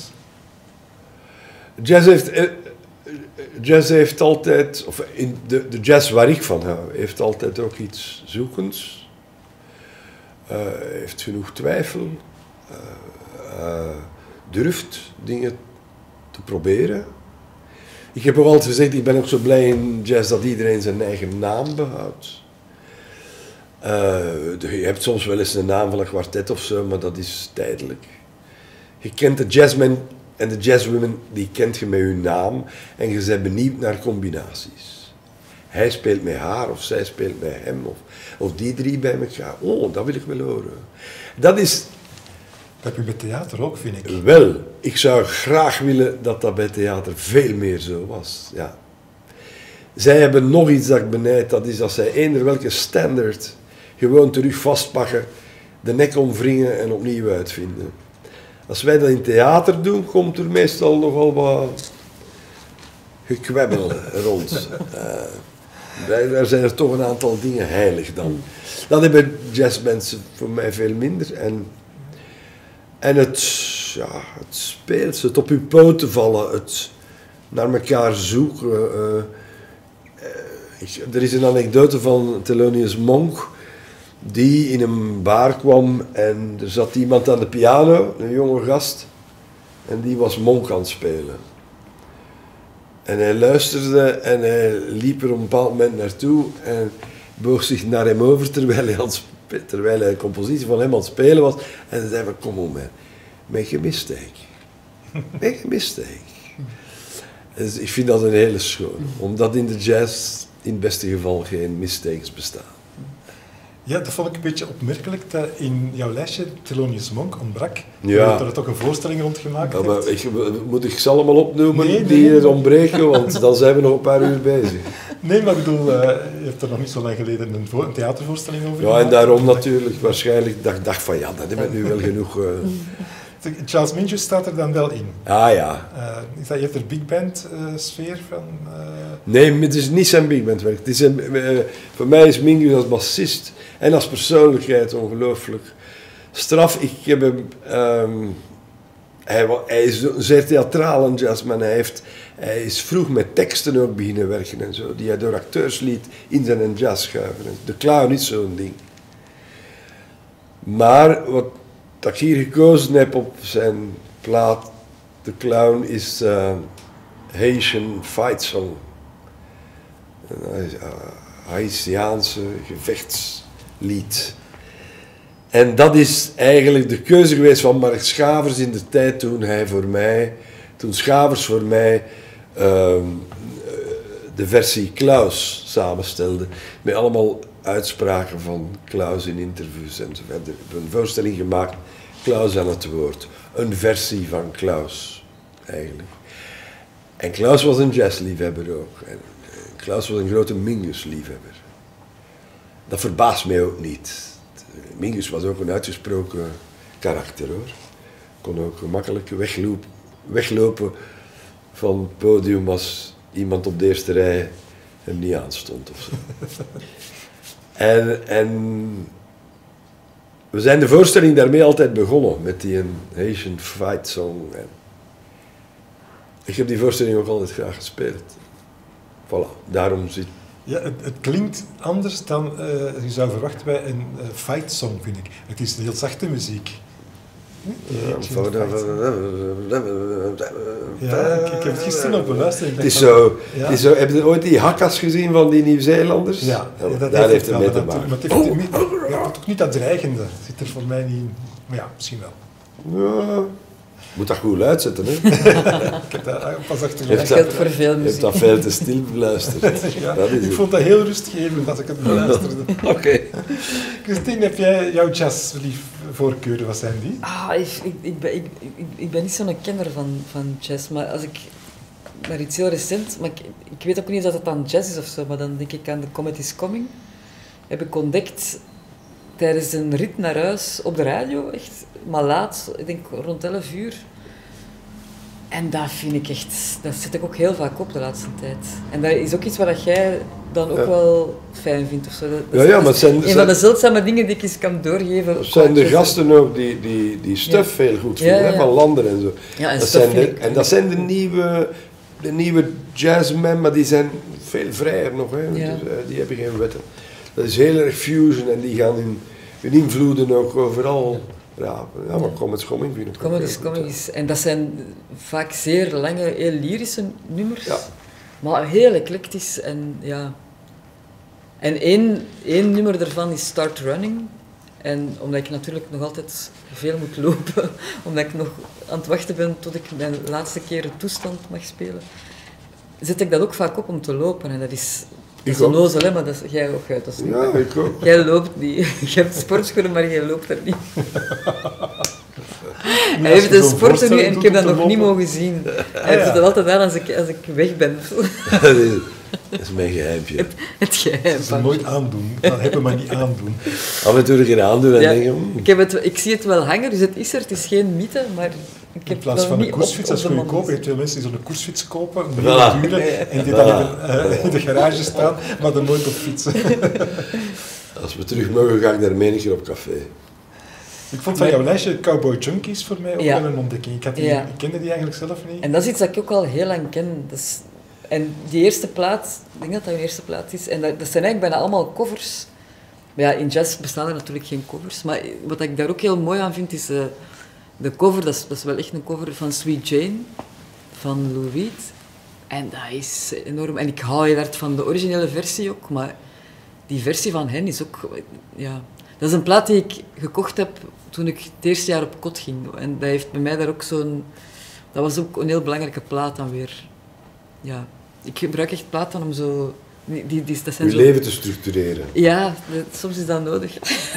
Jazz heeft, uh, jazz heeft altijd, of in de, de jazz waar ik van hou, heeft altijd ook iets zoekends. Uh, heeft genoeg twijfel, uh, uh, durft dingen te proberen. Ik heb ook altijd gezegd, ik ben ook zo blij in jazz dat iedereen zijn eigen naam behoudt. Uh, de, je hebt soms wel eens een naam van een kwartet of zo, maar dat is tijdelijk. Je kent de jazzmen en de jazzwomen, die kent je met hun naam en je bent benieuwd naar combinaties. Hij speelt met haar of zij speelt met hem of, of die drie bij elkaar. Oh, dat wil ik wel horen. Dat is... Dat heb je met theater ook, vind ik. Wel. ik zou graag willen dat dat bij theater veel meer zo was. Ja. Zij hebben nog iets dat ik benijd, dat is dat zij eender welke standaard gewoon terug vastpakken, de nek omwringen en opnieuw uitvinden. Als wij dat in theater doen, komt er meestal nogal wat gekwebbel rond. Uh, daar, daar zijn er toch een aantal dingen heilig dan. Dat hebben jazzbands voor mij veel minder. En, en het, ja, het speelt, het op uw poten vallen, het naar elkaar zoeken. Uh, uh, ik, er is een anekdote van Thelonious Monk, die in een bar kwam en er zat iemand aan de piano, een jonge gast, en die was Monk aan het spelen. En hij luisterde en hij liep er op een bepaald moment naartoe en boog zich naar hem over terwijl hij, aan spe- terwijl hij een compositie van hem aan het spelen was. En hij zei van, kom op man, make a mistake. Make a mistake. Dus ik vind dat een hele schoon, omdat in de jazz in het beste geval geen mistakes bestaan. Ja, dat vond ik een beetje opmerkelijk dat in jouw lijstje Thelonious Monk ontbrak. Ja. Je hebt er toch een voorstelling rond gemaakt. Ja, maar hebt. ik, moet ik ze allemaal opnoemen Nee, die nee. er ontbreken, want dan zijn we nog een paar uur bezig. Nee, maar ik bedoel, uh, je hebt er nog niet zo lang geleden een, vo- een theatervoorstelling over Ja, gemaakt. en daarom natuurlijk waarschijnlijk dat ik dacht van ja, dat heb ik nu wel genoeg. Uh... Charles Mingus staat er dan wel in. Ah ja. Uh, is dat eerder big band uh, sfeer van... Uh... Nee, het is niet zijn big band werk. Het is een, uh, voor mij is Mingus als bassist en als persoonlijkheid ongelooflijk straf. Ik heb hem... Um, hij, hij is een zeer theatrale jazzman. Hij, heeft, hij is vroeg met teksten ook beginnen werken en zo, die hij door acteurs liet in zijn jazz schuiven. De Clown is zo'n ding. Maar wat dat ik hier gekozen heb op zijn plaat, de Clown, is uh, Haitian Fight Song. Een uh, Haitiaanse gevechtslied. En dat is eigenlijk de keuze geweest van Mark Schavers in de tijd toen hij voor mij, toen Schavers voor mij uh, de versie Klaus samenstelde. Met allemaal uitspraken van Klaus in interviews enzovoort. Ik heb een voorstelling gemaakt, Klaus aan het woord. Een versie van Klaus, eigenlijk. En Klaus was een jazzliefhebber ook. En Klaus was een grote Mingus-liefhebber. Dat verbaast mij ook niet. Mingus was ook een uitgesproken karakter, hoor. Kon ook gemakkelijk wegloop, weglopen van het podium als iemand op de eerste rij hem niet aanstond of zo. En, en we zijn de voorstelling daarmee altijd begonnen, met die Haitian Fight Song. En ik heb die voorstelling ook altijd graag gespeeld. Voilà, daarom zit... Ja, het, het klinkt anders dan uh, je zou verwachten bij een uh, fight song, vind ik. Het is heel zachte muziek. Ja, ik, ik heb het gisteren op beluisterd. Het is zo, ja. Het is zo, heb je ooit die hakkas gezien van die Nieuw-Zeelanders? Ja, ja, dat daar heeft het het mee te wel, maken. Maar het heeft oh. ja, toch niet dat dreigende, zit er voor mij niet in. Maar ja, misschien wel. Ja, moet dat goed uitzetten, hè? Ik heb dat pas achtergelegd. Dat geldt voor veel muziek. Je hebt dat veel te stil beluisterd. Ja, dat is ik het. vond dat heel rustgevend als ik het beluisterde. Oké. Okay. Christine, heb jij jouw jazzvoorkeuren? Wat zijn die? Ah, ik, ik, ik, ben, ik, ik, ik ben niet zo'n kenner van, van jazz, maar als ik naar iets heel recent, maar ik, ik weet ook niet of dat dan jazz is of zo, maar dan denk ik aan The Comet is Coming. Heb ik ontdekt tijdens een rit naar huis op de radio, echt, maar laat, ik denk rond elf uur. En dat vind ik echt, dat zet ik ook heel vaak op de laatste tijd. En dat is ook iets wat jij dan ook ja. wel fijn vindt of zo. Dat, dat ja, ja, is maar zijn, een zijn, van de zeldzame dingen die ik eens kan doorgeven. Dat zijn de gasten ook die, die, die Stuff ja. heel goed vinden, ja, ja, ja. Hè, van Lander en zo. Ja, en, dat zijn de, en dat zijn de nieuwe, de nieuwe jazzmen, maar die zijn veel vrijer nog. Hè. Ja. Dus, uh, die hebben geen wetten. Dat is heel erg fusion en die gaan hun, hun invloeden ook overal. Ja, ja, maar Comet is Coming vind ik ook. Comet is Coming is, en dat zijn vaak zeer lange, heel lyrische nummers, ja. maar heel eclectisch en ja. En één, één nummer daarvan is Start Running. En omdat ik natuurlijk nog altijd veel moet lopen, omdat ik nog aan het wachten ben tot ik mijn laatste keer een toestand mag spelen, zet ik dat ook vaak op om te lopen. En dat is, dat is onnozel, hè, maar dat is, jij ook. Dat is ja, niet, ik ook. Jij loopt niet. Je hebt sportschoenen, maar jij loopt er niet. Hij heeft een sporten nu en ik heb dat nog niet mogen zien. Hij heeft het altijd aan als ik, als ik weg ben. Dat is mijn geheimpje. Het, het geheim. Dat is nooit aandoen. Dat hebben we maar niet aandoen. Af en toe een keer aandoen en ja, denken... Hmm. Ik, heb het, ik zie het wel hangen, dus het is er. Het is geen mythe, maar... Ik heb in plaats van een koersfiets, als je je koopt, je hebt veel mensen die zo'n koersfiets kopen, een hele voilà. dure, en die dan in de, uh, in de garage staan, maar er nooit op fietsen. Als we terug mogen, ga ik daar menig keer op café. Ik vond van jouw lijstje Cowboy Junkies voor mij ook ja. wel een ontdekking. Ik, had die, ja. ik kende die eigenlijk zelf niet. En dat is iets dat ik ook al heel lang ken. Dat is, en die eerste plaat, ik denk dat dat hun eerste plaat is, en dat, dat zijn eigenlijk bijna allemaal covers. Maar ja, in jazz bestaan er natuurlijk geen covers, maar wat ik daar ook heel mooi aan vind, is... Uh, de cover, dat is, dat is wel echt een cover van Sweet Jane, van Lou Reed. En dat is enorm. En ik hou heel hard van de originele versie ook, maar die versie van hen is ook... Ja, dat is een plaat die ik gekocht heb toen ik het eerste jaar op kot ging. En dat heeft bij mij daar ook zo'n... Dat was ook een heel belangrijke plaat dan weer. Ja, ik gebruik echt platen om zo... Die, die, die, dat zijn je zo... leven te structureren. Ja, dat, soms is dat nodig.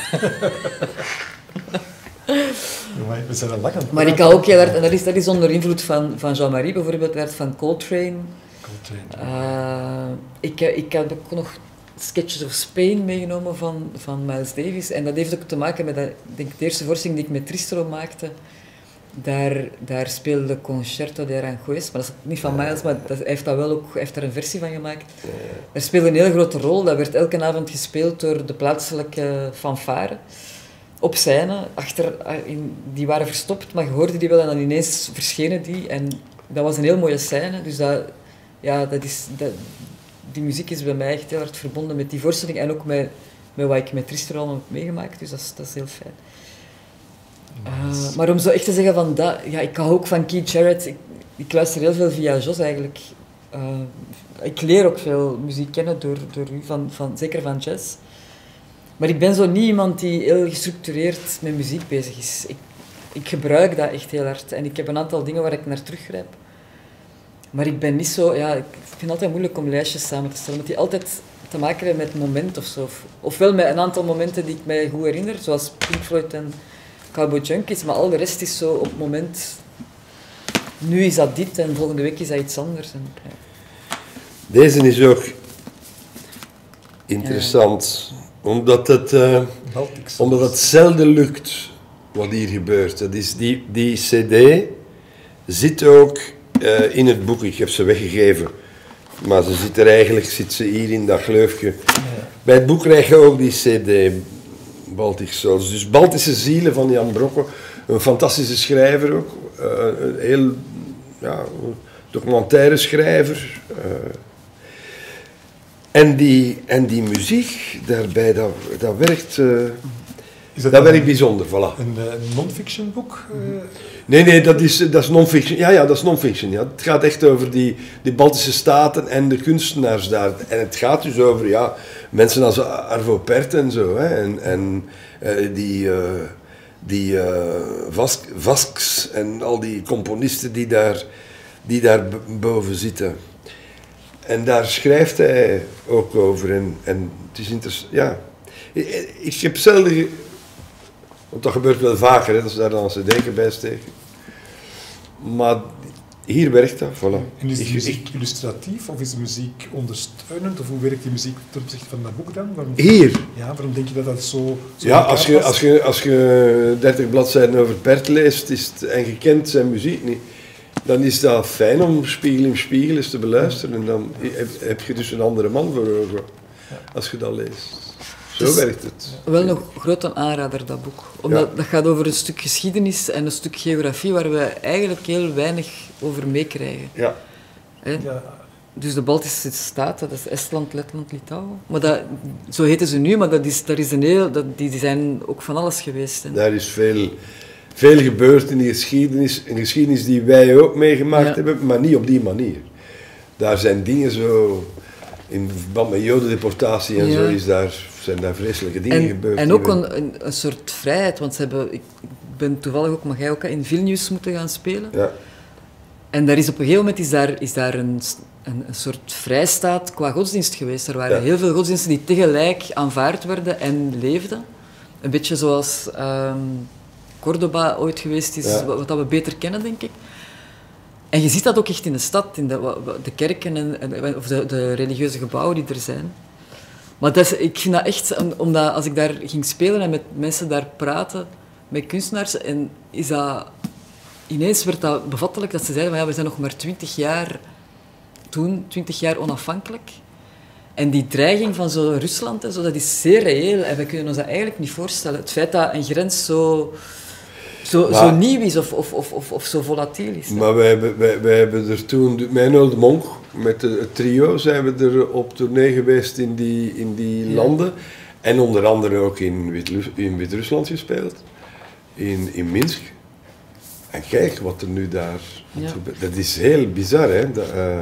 We zijn al lang aan het Maar ik hou ook heel hard, en dat is, dat is onder invloed van, van Jean-Marie bijvoorbeeld, werd van Coltrane. Coltrane. Uh, ik, ik heb ook nog Sketches of Spain meegenomen van, van Miles Davis. En dat heeft ook te maken met dat, ik denk, de eerste voorstelling die ik met Tristolo maakte. Daar, daar speelde Concerto de Aranjuez, maar dat is niet van Miles, maar dat, hij heeft dat wel ook, hij heeft daar een versie van gemaakt. Daar speelde een hele grote rol, dat werd elke avond gespeeld door de plaatselijke fanfare. Op scène, achter, in, die waren verstopt, maar je hoorde die wel en dan ineens verschenen die. En dat was een heel mooie scène, dus dat, ja, dat is, dat, die muziek is bij mij echt heel hard verbonden met die voorstelling en ook met, met wat ik met Tristan al heb meegemaakt, dus dat is, dat is heel fijn. Uh, maar om zo echt te zeggen van dat, ja, ik hou ook van Keith Jarrett, ik, ik luister heel veel via Jos eigenlijk. Uh, ik leer ook veel muziek kennen door, door u, van, van, zeker van jazz. Maar ik ben zo niet iemand die heel gestructureerd met muziek bezig is. Ik, ik gebruik dat echt heel hard. En ik heb een aantal dingen waar ik naar teruggrijp. Maar ik ben niet zo... Ja, ik vind het altijd moeilijk om lijstjes samen te stellen. Omdat die altijd te maken hebben met het moment of zo. Ofwel met een aantal momenten die ik mij goed herinner. Zoals Pink Floyd en Cowboy Junkies. Maar al de rest is zo op het moment... Nu is dat dit en volgende week is dat iets anders. En, ja. Deze is ook interessant... Ja. Omdat het, uh, omdat het zelden lukt wat hier gebeurt. Dat is die, die cd zit ook uh, in het boek. Ik heb ze weggegeven. Maar ze zit er eigenlijk, zit ze hier in dat gleufje. Ja. Bij het boek krijg je ook die cd, Baltic Souls. Dus Baltische Zielen van Jan Brokke. Een fantastische schrijver ook. Uh, een heel ja, documentaire schrijver. Uh, En die, en die muziek daarbij, dat, dat werkt, uh, is dat, dat werkt bijzonder, voilà. Een, een non-fiction boek? Uh... Nee, nee, dat is, dat is non-fiction. Ja, ja, dat is non-fiction. Ja. Het gaat echt over die, die Baltische staten en de kunstenaars daar. En het gaat dus over ja, mensen als Arvo Pärt en zo. Hè. En, en uh, die, uh, die uh, Vask, Vasks en al die componisten die daar, die daar boven zitten. En daar schrijft hij ook over. En, en het is interessant. Ja. Ik, ik heb zelden. Want dat gebeurt wel vaker, hè, dat ze daar dan een cd'tje bij steken. Maar hier werkt dat, voilà. En is de ik, muziek ik, illustratief of is de muziek ondersteunend? Of hoe werkt die muziek ten opzichte van dat boek dan? Waarom, hier? Ja, waarom denk je dat dat zo... zo ja, als je, als, je, als je dertig bladzijden over Pärt leest is het, en je kent zijn muziek niet, dan is dat fijn om Spiegel in Spiegel eens te beluisteren. En dan heb, heb je dus een andere man voor ogen, als je dat leest. Zo dus werkt het. Wel nog groot een aanrader, dat boek. Omdat ja. dat gaat over een stuk geschiedenis en een stuk geografie waar we eigenlijk heel weinig over meekrijgen. Ja. ja. Dus de Baltische Staten, dat is Estland, Letland, Litouwen. Maar dat, zo heten ze nu, maar dat is, dat is een heel, dat, die zijn ook van alles geweest. Hè. Daar is veel, veel gebeurd in de geschiedenis. Een geschiedenis die wij ook meegemaakt ja. hebben, maar niet op die manier. Daar zijn dingen zo... In verband met jodendeportatie en ja. zo is daar, zijn daar vreselijke dingen en, gebeurd. En ook een, een, een soort vrijheid, want ze hebben, ik ben toevallig ook, maar jij ook, in Vilnius moeten gaan spelen. Ja. En daar is op een gegeven moment is daar, is daar een, een, een soort vrijstaat qua godsdienst geweest. Er waren ja. heel veel godsdiensten die tegelijk aanvaard werden en leefden. Een beetje zoals um, Cordoba ooit geweest is, Ja. wat, wat dat we beter kennen, denk ik. En je ziet dat ook echt in de stad, in de, de kerken en, en, of de, de religieuze gebouwen die er zijn. Maar dat is, ik vind dat echt, omdat als ik daar ging spelen en met mensen daar praten, met kunstenaars, en is dat, ineens werd dat bevattelijk dat ze zeiden van ja, we zijn nog maar twintig jaar, toen twintig jaar onafhankelijk. En die dreiging van zo Rusland en zo, dat is zeer reëel en we kunnen ons dat eigenlijk niet voorstellen. Het feit dat een grens zo, zo, Maar, zo nieuw is of, of, of, of, of zo volatiel is. Maar wij hebben, wij, wij hebben er toen, Meinoel de Monk, met de, het trio, zijn we er op tournee geweest in die, in die Ja. landen. En onder andere ook in, Wit- in Wit-Rusland gespeeld, in, in Minsk. En kijk wat er nu daar Ja. gebeurt. Dat is heel bizar, hè. Dat, uh,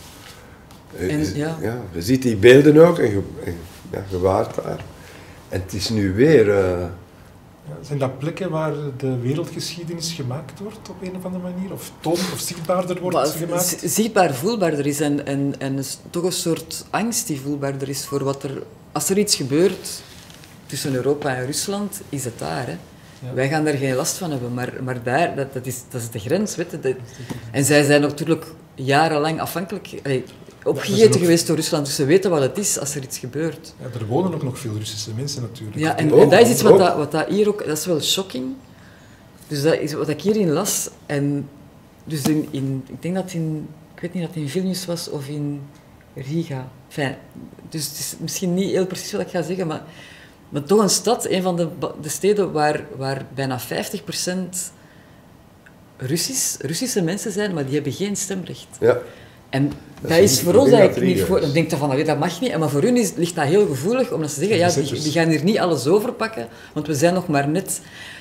En, je, ja. ja, je ziet die beelden ook en je, en, ja, je waart daar. En het is nu weer... Uh, Ja, zijn dat plekken waar de wereldgeschiedenis gemaakt wordt op een of andere manier? Of toon of zichtbaarder wordt Maar gemaakt? z- zichtbaar voelbaarder is en, en, en is toch een soort angst die voelbaarder is voor wat er... Als er iets gebeurt tussen Europa en Rusland, is het daar. Hè. Ja. Wij gaan daar geen last van hebben, maar, maar daar, dat, dat, is, dat is de grens. Weet je. Dat, en zij zijn natuurlijk jarenlang afhankelijk, allee, opgegeten ook- geweest door Rusland, dus ze weten wat het is als er iets gebeurt. Ja, er wonen ook nog veel Russische mensen natuurlijk. Ja, en, Ook, en dat is iets wat, ook. dat, wat dat hier ook... Dat is wel shocking. Dus dat is wat ik hierin las. En dus in, in, ik denk dat in... Ik weet niet dat het in Vilnius was of in Riga. Enfin, dus het is misschien niet heel precies wat ik ga zeggen, maar, maar toch een stad, een van de, ba- de steden waar, waar bijna vijftig procent Russisch, Russische mensen zijn, maar die hebben geen stemrecht. ja. En dat, is is niet- voor ik ons denk dat eigenlijk niet Riga voor... is. Dan denk je van, allee, dat mag niet. En maar voor hun is, ligt dat heel gevoelig, omdat ze zeggen, ja, die, Bezetters. die gaan hier niet alles overpakken, want we zijn nog maar net...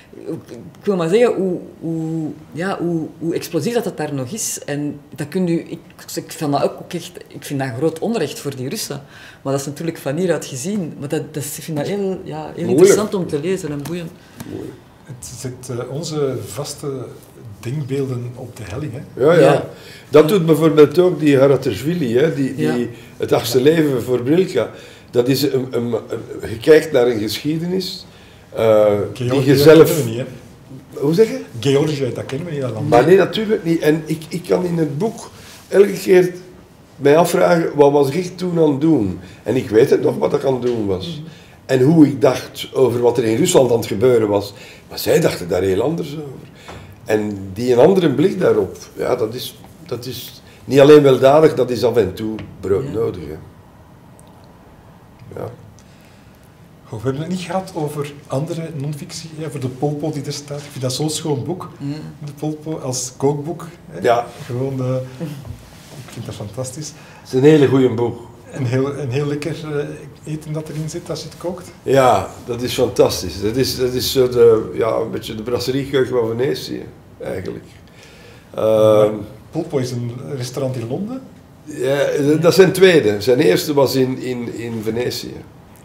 Ik wil maar zeggen, hoe, hoe, ja, hoe, hoe explosief dat het daar nog is. En dat kun je... Ik, ik, vind dat ook echt... Ik vind dat groot onrecht voor die Russen. Maar dat is natuurlijk van hieruit gezien. Maar dat, dat, ik vind dat heel, ja, heel interessant om te lezen en boeiend. Het zet uh, onze vaste denkbeelden op de helling. Hè? Ja, ja. Ja. Dat doet bijvoorbeeld ook die Haratoshvili, hè, die, die, Ja. het achtste leven voor Brilka. Dat is een, een, een, je kijkt naar een geschiedenis uh, die Georgië, je dat zelf... kennen we niet, hè? Hoe zeg je? Georgië, dat kennen we niet, dat land. Maar nee, natuurlijk niet. En ik, ik kan in het boek elke keer mij afvragen, wat was ik toen aan het doen? En ik weet het nog wat ik aan het doen was. En hoe ik dacht over wat er in Rusland aan het gebeuren was. Maar zij dachten daar heel anders over. En die een andere blik daarop, ja, dat is, dat is niet alleen weldadig, dat is af en toe broodnodig. Hè. Ja. Goh, we hebben het niet gehad over andere non-fictie, ja, voor de Polpo die er staat. Ik vind dat zo'n schoon boek, Mm. de Polpo, als kookboek. Hè? Ja. Gewoon, uh, ik vind dat fantastisch. Het is een hele goede boek. En heel, en heel lekker uh, eten dat erin zit als je het kookt. Ja, dat is fantastisch. Dat is, dat is zo de, ja, een beetje de brasseriekeuken van Venetië, eigenlijk. Uh, Polpo is een restaurant in Londen. ja, dat zijn tweede. Zijn eerste was in, in, in Venetië.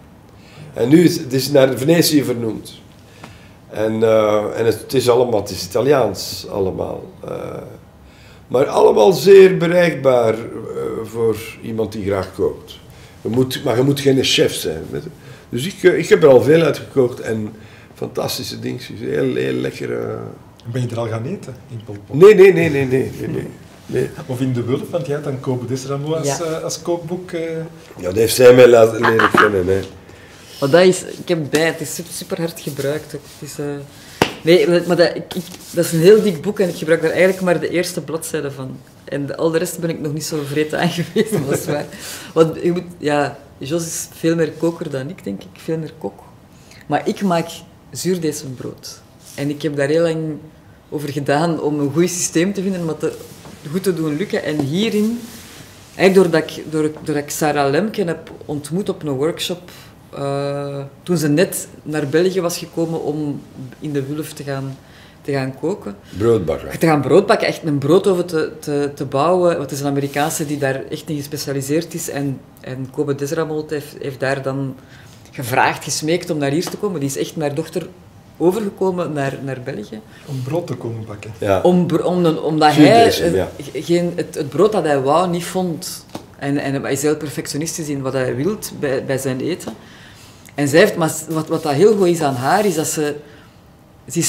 En nu is het is naar Venetië vernoemd. En, uh, en het, het is allemaal, het is Italiaans allemaal. Uh, maar allemaal zeer bereikbaar uh, voor iemand die graag kookt. Je moet, maar je moet geen chef zijn. Weet je. Dus ik, uh, ik heb er al veel uitgekookt en fantastische dingetjes. Heel, heel lekker. Uh... Ben je er al gaan eten in Polpo? Nee, nee, nee, nee, nee, nee, nee. nee. Of in De Wulf, want jij had dan Kobe Desramo als, Ja. uh, als kookboek. Uh... Ja, dat heeft zij mij laten leren kennen. Hè. Maar dat is, ik heb bij, het is super, super hard gebruikt ook. Het is, uh, nee, maar dat, ik, ik, dat is een heel dik boek en ik gebruik daar eigenlijk maar de eerste bladzijde van. En de, al de rest ben ik nog niet zo vreed aan geweest, maar dat is waar. Want je moet, ja, Jos is veel meer koker dan ik, denk ik, veel meer kok. Maar ik maak zuurdesembrood. En ik heb daar heel lang over gedaan om een goed systeem te vinden, om het te, goed te doen lukken. En hierin, eigenlijk doordat ik, door, doordat ik Sarah Lemke heb ontmoet op een workshop, uh, toen ze net naar België was gekomen om in de Wulf te gaan, te gaan koken. Broodbakken. Te gaan broodbakken, echt een broodoven te, te, te bouwen. Want het is een Amerikaanse die daar echt in gespecialiseerd is. En, en Kobe Desramold heeft, heeft daar dan gevraagd, gesmeekt om naar hier te komen. Die is echt met haar dochter overgekomen naar, naar België. Om brood te komen bakken. Ja. Om, om, omdat Zuurdesem, hij ja. het, geen, het, het brood dat hij wou niet vond. En, en hij is heel perfectionistisch in wat hij wil bij, bij zijn eten. En zij heeft, maar wat, wat dat heel goed is aan haar, is dat ze... Ze is,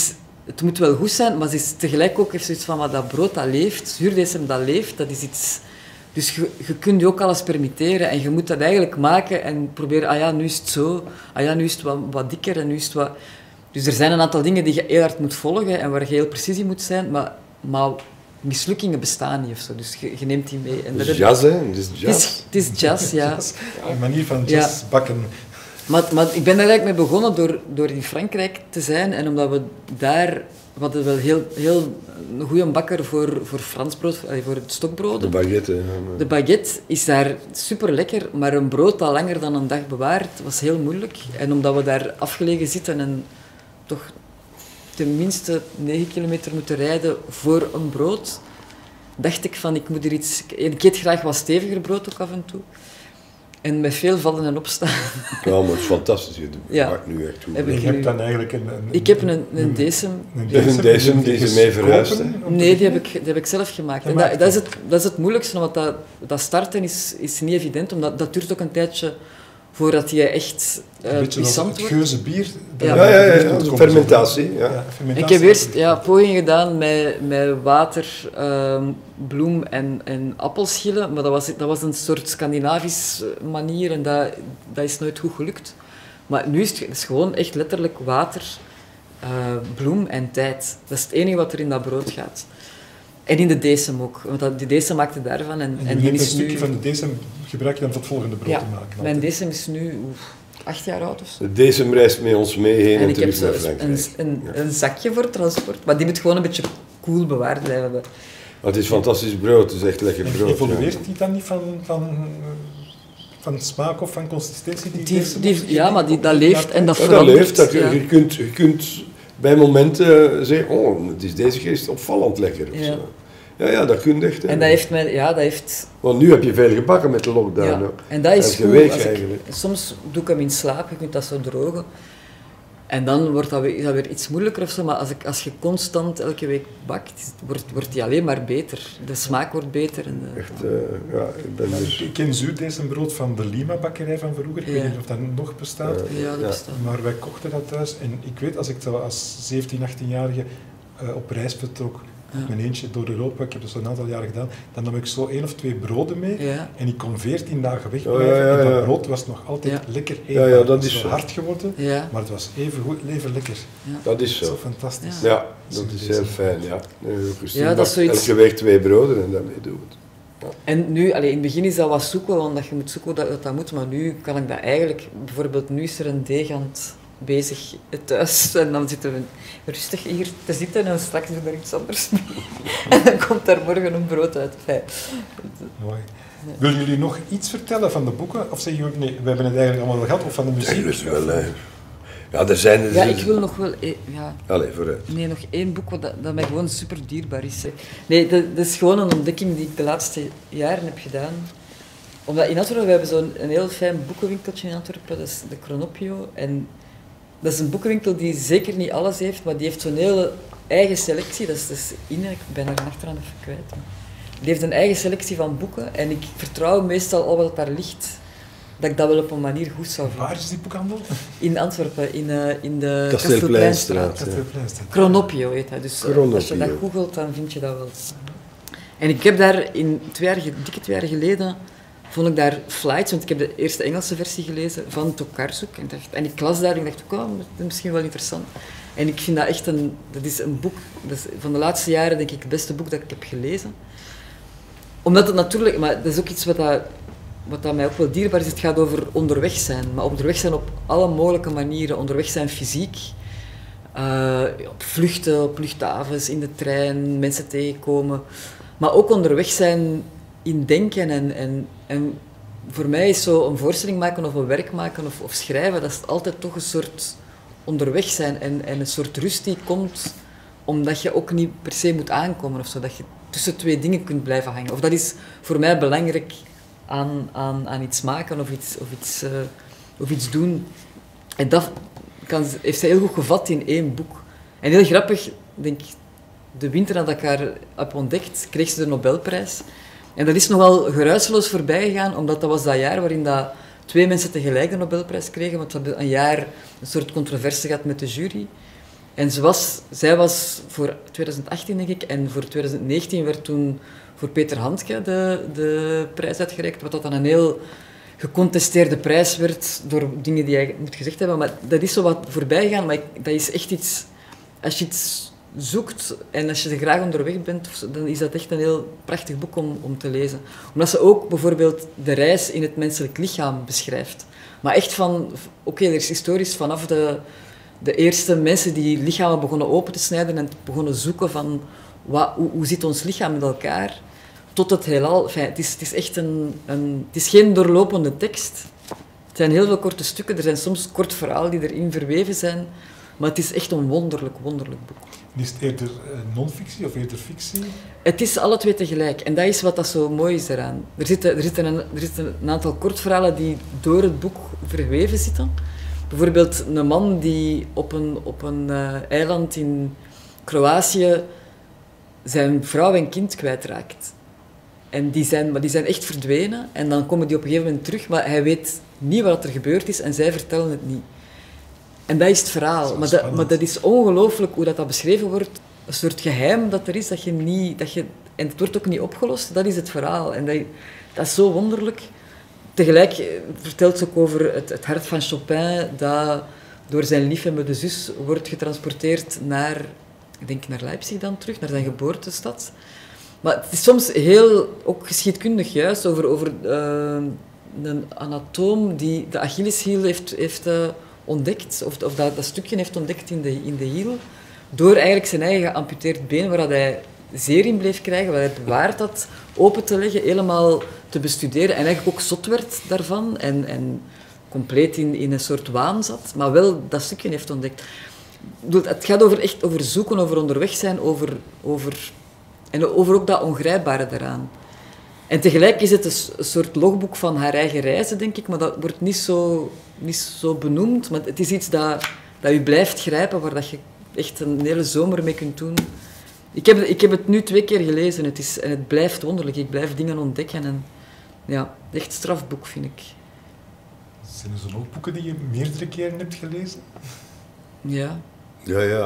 het moet wel goed zijn, maar ze is tegelijk ook heeft zoiets van, maar dat brood dat leeft, zuurdesem dat leeft, dat is iets... Dus je, je kunt je ook alles permitteren en je moet dat eigenlijk maken en proberen, ah ja, nu is het zo, ah ja, nu is het wat, wat dikker en nu is het wat... Dus er zijn een aantal dingen die je heel hard moet volgen en waar je heel precies in moet zijn, maar, maar mislukkingen bestaan niet of zo, dus je, je neemt die mee. En Het dat is jazz, hè? Het is Het jazz. is, het is jazz, ja. Jazz, een manier van jazz Ja. bakken. Maar, maar ik ben daar eigenlijk mee begonnen door, door in Frankrijk te zijn en omdat we daar... We hadden wel heel, heel een goede bakker voor, voor Frans brood, allee, voor het stokbrood. De baguette. hè. De baguette is daar super lekker, maar een brood dat langer dan een dag bewaart was heel moeilijk. En omdat we daar afgelegen zitten en toch tenminste negen kilometer moeten rijden voor een brood, dacht ik van ik moet er iets... Ik eet graag wat steviger brood ook af en toe. En met veel vallen en opstaan. Ja, maar het is fantastisch. Je Ja. maakt nu echt goed. Heb Je ik hebt nu- dan eigenlijk een... een Ik heb een, een decem. Een Een decem die ze mee verhuisd, hè? kopen, om te Nee, die heb, beginnen. ik, die heb ik zelf gemaakt. En Gemaakt, dat, dat, is hè? het, dat is het moeilijkste, want dat, dat starten is, is niet evident, omdat dat duurt ook een tijdje voordat je echt uh, Een beetje als puissant het wordt. geuze bier. dat Ja. Ja, ja, ja, er ja, moet de komen, fermentatie. zo. Ja. Ja, Ik fermentatie. heb eerst ja, pogingen gedaan met, met water, ehm, bloem en, en appelschillen, maar dat was, dat was een soort Scandinavisch manier en dat, dat is nooit goed gelukt. Maar nu is het, het is gewoon echt letterlijk water, eh, bloem en tijd. Dat is het enige wat er in dat brood gaat. En in de decem ook, want dat, die decem maakte daarvan. En, En je en die neemt een is stukje nu, van de decem, gebruik je dan voor het volgende brood ja, te maken. mijn altijd. decem is nu oef, acht jaar oud of zo. Deze reist met ons mee heen en, En ik heb terug zo naar een, Frankrijk. een, een zakje voor transport, maar die moet gewoon een beetje koel bewaard blijven. Maar het is fantastisch brood, het is echt lekker En brood. evolueert ja. die dan niet van, van, van smaak of van consistentie? Die, Die, decem, die, of ja, maar die, dat leeft en dat Ja, dat verandert. leeft. Dat, je, ja. je, kunt, je kunt bij momenten zeggen, oh, het is deze keer is het opvallend lekker. Of Ja. zo. Ja, ja, dat kun je echt. hè. En dat heeft mij, ja, dat heeft... Want nu heb je veel gebakken met de lockdown. Ja. hè. En dat is Dat is goed. geweest Als ik, eigenlijk. soms doe ik hem in slaap, je kunt dat zo drogen. En dan wordt dat weer, is dat weer iets moeilijker of zo, maar als, ik, als je constant elke week bakt, wordt, wordt die alleen maar beter. De smaak wordt beter. En de, Echt, eh, ja, ik ben Maar dus... ik ken zuurdesembrood van de Lima-bakkerij van vroeger. Ik weet Ja. niet of dat nog bestaat. Ja. ja, dat Ja. bestaat. Maar wij kochten dat thuis. En ik weet, als ik zo als zeventien, achttien-jarige uh, op reis vertrok, Ja. op mijn eentje door Europa, ik heb dat zo'n aantal jaren gedaan, dan nam ik zo één of twee broden mee. Ja. En ik kon veertien dagen Oh, ja, wegblijven. ja, En ja. dat brood was nog altijd Ja. lekker Ja, eetbaar. ja, dat Het is wel zo. hard geworden, Ja. maar het was even goed, even lekker. Dat is Zo zo. fantastisch. Ja. Ja, dat is heel fijn, ja. Nee, Christine Ja, dat is bakt zoiets- elke week twee broden en daarmee doe ik het. En nu, allee, in het begin is dat wat zoeken, want dat je moet zoeken dat, dat dat moet, maar nu kan ik dat eigenlijk... Bijvoorbeeld, nu is er een deeg aan het bezig thuis en dan zitten we rustig hier te zitten en straks doen we er iets anders mee. En dan komt daar morgen een brood uit. Fijn. Mooi. Willen jullie nog iets vertellen van de boeken? Of zeggen jullie, nee, we hebben het eigenlijk allemaal wel gehad, of van de muziek? Nee, dat is wel... hè. Ja, er zijn... Er Ja, zijn- ik wil nog wel... e- Ja, Allee, vooruit. nee, nog één boek wat, dat, dat mij gewoon super dierbaar is. Hè. Nee, dat, dat is gewoon een ontdekking die ik de laatste jaren heb gedaan. Omdat in Antwerpen, we hebben zo'n een heel fijn boekenwinkeltje in Antwerpen, dat is de Chronopio. En dat is een boekenwinkel die zeker niet alles heeft, maar die heeft zo'n hele eigen selectie. Dat is, dat is Ine, ik ben er achteraan even kwijt. Maar die heeft een eigen selectie van boeken en ik vertrouw meestal al wat daar ligt, dat ik dat wel op een manier goed zou vinden. Waar is die boekhandel? In Antwerpen, in, uh, in de Kasteleelpleinstraat. Kasteleelpleinstraat. Dat is Pleinstraat. Chronopio heet dat. Dus uh, als je dat Chronopio. googelt, dan vind je dat wel. En ik heb daar in twee jaar, ge- dikke twee jaar geleden, vond ik daar Flights, want ik heb de eerste Engelse versie gelezen van Tokarczuk. En, dacht, en ik las daar en ik dacht, oh, dat is misschien wel interessant. En ik vind dat echt een, dat is een boek, dat is van de laatste jaren denk ik het beste boek dat ik heb gelezen. Omdat het natuurlijk, maar dat is ook iets wat, dat, wat dat mij ook wel dierbaar is, het gaat over onderweg zijn. Maar onderweg zijn op alle mogelijke manieren, onderweg zijn fysiek. Uh, op vluchten, op luchthavens, in de trein, mensen tegenkomen. Maar ook onderweg zijn in denken. En, en, en voor mij is zo een voorstelling maken of een werk maken of, of schrijven, dat is altijd toch een soort onderweg zijn. En, en een soort rust die komt omdat je ook niet per se moet aankomen of zo. Dat je tussen twee dingen kunt blijven hangen. Of dat is voor mij belangrijk aan, aan, aan iets maken of iets, of iets, uh, of iets doen. En dat kan, heeft zij heel goed gevat in één boek. En heel grappig, denk ik, de winter nadat ik haar heb ontdekt, kreeg ze de Nobelprijs. En dat is nogal geruisloos voorbij gegaan, omdat dat was dat jaar waarin dat twee mensen tegelijk de Nobelprijs kregen, want ze hebben een jaar een soort controverse gehad met de jury. En ze was, zij was voor twintig achttien, denk ik, en voor twintig negentien werd toen voor Peter Handke de, de prijs uitgereikt, wat dat dan een heel gecontesteerde prijs werd door dingen die hij moet gezegd hebben. Maar dat is zo wat voorbij gegaan, maar ik, dat is echt iets... Als je iets zoekt en als je er graag onderweg bent, dan is dat echt een heel prachtig boek om, om te lezen. Omdat ze ook bijvoorbeeld de reis in het menselijk lichaam beschrijft. Maar echt van... Oké, okay, er is historisch vanaf de, de eerste mensen die lichamen begonnen open te snijden en begonnen zoeken van wat, hoe, hoe zit ons lichaam met elkaar, tot het heelal. Enfin, het, is, het is echt een, een... Het is geen doorlopende tekst. Het zijn heel veel korte stukken. Er zijn soms kort verhalen die erin verweven zijn. Maar het is echt een wonderlijk, wonderlijk boek. Is het eerder non-fictie of eerder fictie? Het is alle twee tegelijk. En dat is wat dat zo mooi is eraan. Er zitten, er zitten, een, er zitten een aantal kortverhalen die door het boek verweven zitten. Bijvoorbeeld een man die op een, op een uh, eiland in Kroatië zijn vrouw en kind kwijtraakt. En die zijn, maar die zijn echt verdwenen. En dan komen die op een gegeven moment terug, maar hij weet niet wat er gebeurd is en zij vertellen het niet. En dat is het verhaal. Dat is maar, dat, maar dat is ongelooflijk hoe dat, dat beschreven wordt. Een soort geheim dat er is, dat je niet... Dat je, en het wordt ook niet opgelost, dat is het verhaal. En dat, dat is zo wonderlijk. Tegelijk vertelt ze ook over het, het hart van Chopin, dat door zijn liefhebbende zus wordt getransporteerd naar... Ik denk naar Leipzig dan terug, naar zijn geboortestad. Maar het is soms heel ook geschiedkundig juist over, over uh, een anatoom die de Achilleshiel heeft... heeft uh, ontdekt, of, of dat, dat stukje heeft ontdekt in de, in de hiel, door eigenlijk zijn eigen geamputeerd been, waar hij zeer in bleef krijgen, waar hij bewaard had, open te leggen, helemaal te bestuderen en eigenlijk ook zot werd daarvan en, en compleet in, in een soort waan zat, maar wel dat stukje heeft ontdekt. Het gaat over, echt over zoeken, over onderweg zijn, over, over, en over ook dat ongrijpbare daaraan. En tegelijk is het een soort logboek van haar eigen reizen, denk ik, maar dat wordt niet zo, niet zo benoemd. Maar het is iets dat, dat je blijft grijpen, waar dat je echt een hele zomer mee kunt doen. Ik heb, ik heb het nu twee keer gelezen het is, en het blijft wonderlijk. Ik blijf dingen ontdekken. En, ja, echt strafboek, vind ik. Zijn er zo'n ook boeken die je meerdere keren hebt gelezen? Ja. Ja, ja.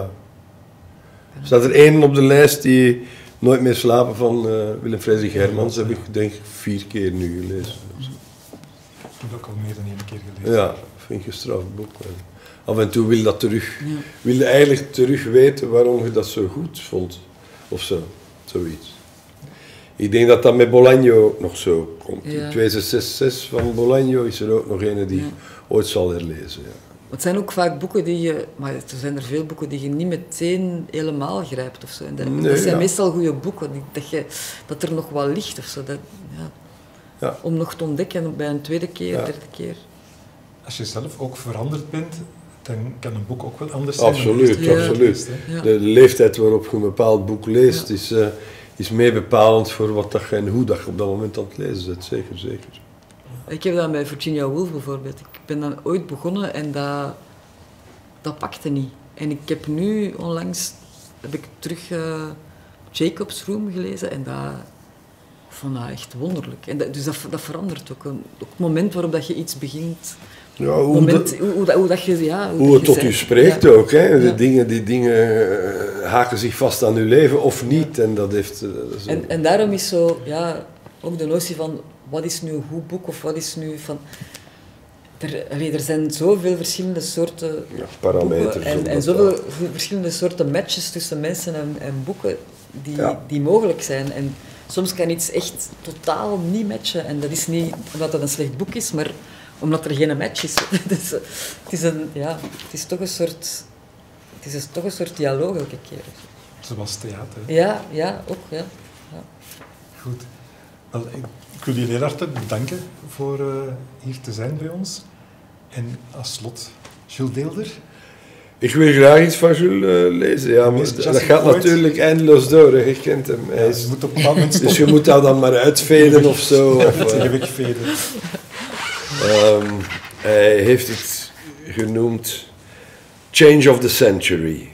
Er staat er één op de lijst die... Nooit meer slapen van uh, Willem Frederik Hermans heb ik denk ik vier keer nu gelezen. Ik heb het ook al meer dan één keer gelezen. Ja, vind ik een strafboek. Af en toe wil dat terug. Ja. Wil je eigenlijk terug weten waarom je dat zo goed vond. Of zo, zoiets. Ik denk dat dat met Bolaño ook nog zo komt. Ja. In tweeduizend zes van Bolaño is er ook nog een die ja. ooit zal herlezen. Ja. Het zijn ook vaak boeken die je, maar er zijn er veel boeken die je niet meteen helemaal grijpt of zo. En dat, nee, dat zijn ja. meestal goede boeken, die, dat, je, dat er nog wat ligt of zo. Dat, ja. Ja. Om nog te ontdekken bij een tweede keer, ja. derde keer. Als je zelf ook veranderd bent, dan kan een boek ook wel anders zijn. Absoluut, ja. absoluut. Ja. De leeftijd waarop je een bepaald boek leest, ja. is, uh, is mee bepalend voor wat dat je en hoe dat je op dat moment aan het lezen bent. Zeker, zeker. Ik heb dat bij Virginia Woolf bijvoorbeeld. Ik ben dan ooit begonnen en dat, dat pakte niet. En ik heb nu onlangs heb ik terug uh, Jacob's Room gelezen en dat ik vond dat echt wonderlijk. En dat, dus dat, dat verandert ook. Ook het moment waarop dat je iets begint. Ja, hoe, moment, de, hoe, hoe, dat, hoe dat je ja, hoe, hoe dat het tot zei. u spreekt ja. ook. Hè? De ja. dingen, die dingen uh, haken zich vast aan uw leven of niet. Ja. En, dat heeft, uh, dat is en, en daarom is zo, ja, ook de notie van wat is nu een goed boek of wat is nu van... Er, allee, er zijn zoveel verschillende soorten ja, parameters en, en zoveel verschillende soorten matches tussen mensen en, en boeken die, ja. die mogelijk zijn. En soms kan iets echt totaal niet matchen. En dat is niet omdat het een slecht boek is, maar omdat er geen match is. Dus, het, is een, ja, het is toch een soort... Het is toch een soort dialoog elke keer. Zoals theater. Ja, ja, ook, ja. ja. Goed. Wel, ik, ik wil jullie heel hartelijk bedanken voor uh, hier te zijn bij ons. En als slot, Jules Deelder. Ik wil graag iets van Jules uh, lezen. Ja, maar dat, dat gaat ooit. natuurlijk eindeloos door. Hè. Je kent hem. Hij is, ja, je moet op een moment dus je moet dat dan maar uitveden of zo. Ja, of, uh, wegveden. Um, hij heeft het genoemd Change of the Century.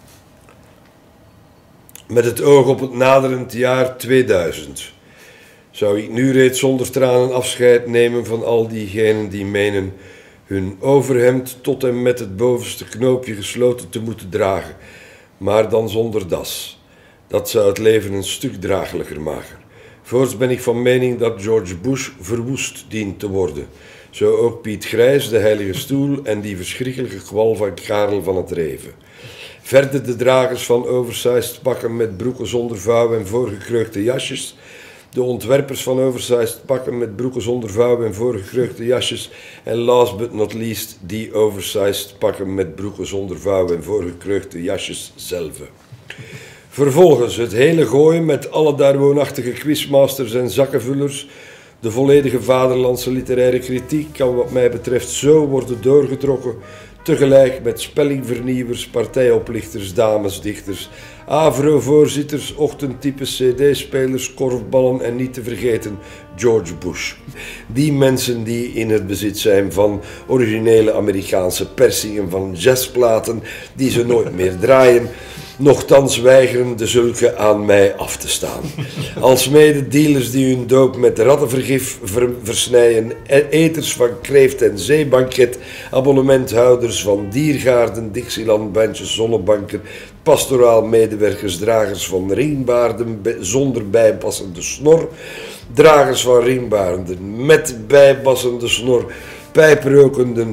Met het oog op het naderend jaar tweeduizend zou ik nu reeds zonder tranen afscheid nemen van al diegenen die menen hun overhemd tot en met het bovenste knoopje gesloten te moeten dragen, maar dan zonder das. Dat zou het leven een stuk draaglijker maken. Voorts ben ik van mening dat George Bush verwoest dient te worden. Zo ook Piet Grijs, de heilige stoel en die verschrikkelijke kwal van Karel van het Reven. Verder de dragers van oversized pakken met broeken zonder vouw en voorgekreukte jasjes. De ontwerpers van oversized pakken met broeken zonder vouw en voorgekreukte jasjes. En last but not least, die oversized pakken met broeken zonder vouw en voorgekreukte jasjes zelf. Vervolgens het hele gooien met alle daar woonachtige quizmasters en zakkenvullers. De volledige vaderlandse literaire kritiek kan wat mij betreft zo worden doorgetrokken, tegelijk met spellingvernieuwers, partijoplichters, damesdichters, Avro-voorzitters, ochtendtypes, cd-spelers, korfballen en niet te vergeten George Bush. Die mensen die in het bezit zijn van originele Amerikaanse persingen van jazzplaten die ze nooit meer draaien, nochtans weigeren de zulke aan mij af te staan. Alsmede dealers die hun doop met rattenvergif ver, versnijen, eters van kreeft en zeebanket, abonnementhouders van Diergaarden, Dixieland, bandjes, zonnebanken, pastoraal medewerkers, dragers van ringbaarden zonder bijpassende snor, dragers van ringbaarden met bijpassende snor, pijprokenden,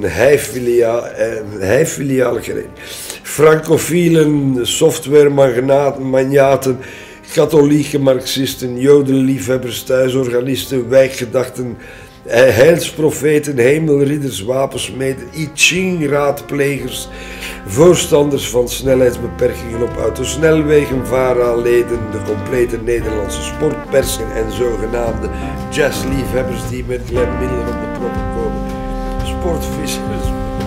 hijffiliale gereden, francofielen, softwaremagnaten, katholieke marxisten, jodenliefhebbers, thuisorganisten, wijkgedachten, heilsprofeten, hemelridders, wapensmeden, I Ching-raadplegers, voorstanders van snelheidsbeperkingen op autosnelwegen, V A R A-leden, de complete Nederlandse sportpersen en zogenaamde jazzliefhebbers die met gladmiddelen op de proppen komen, sportvissers.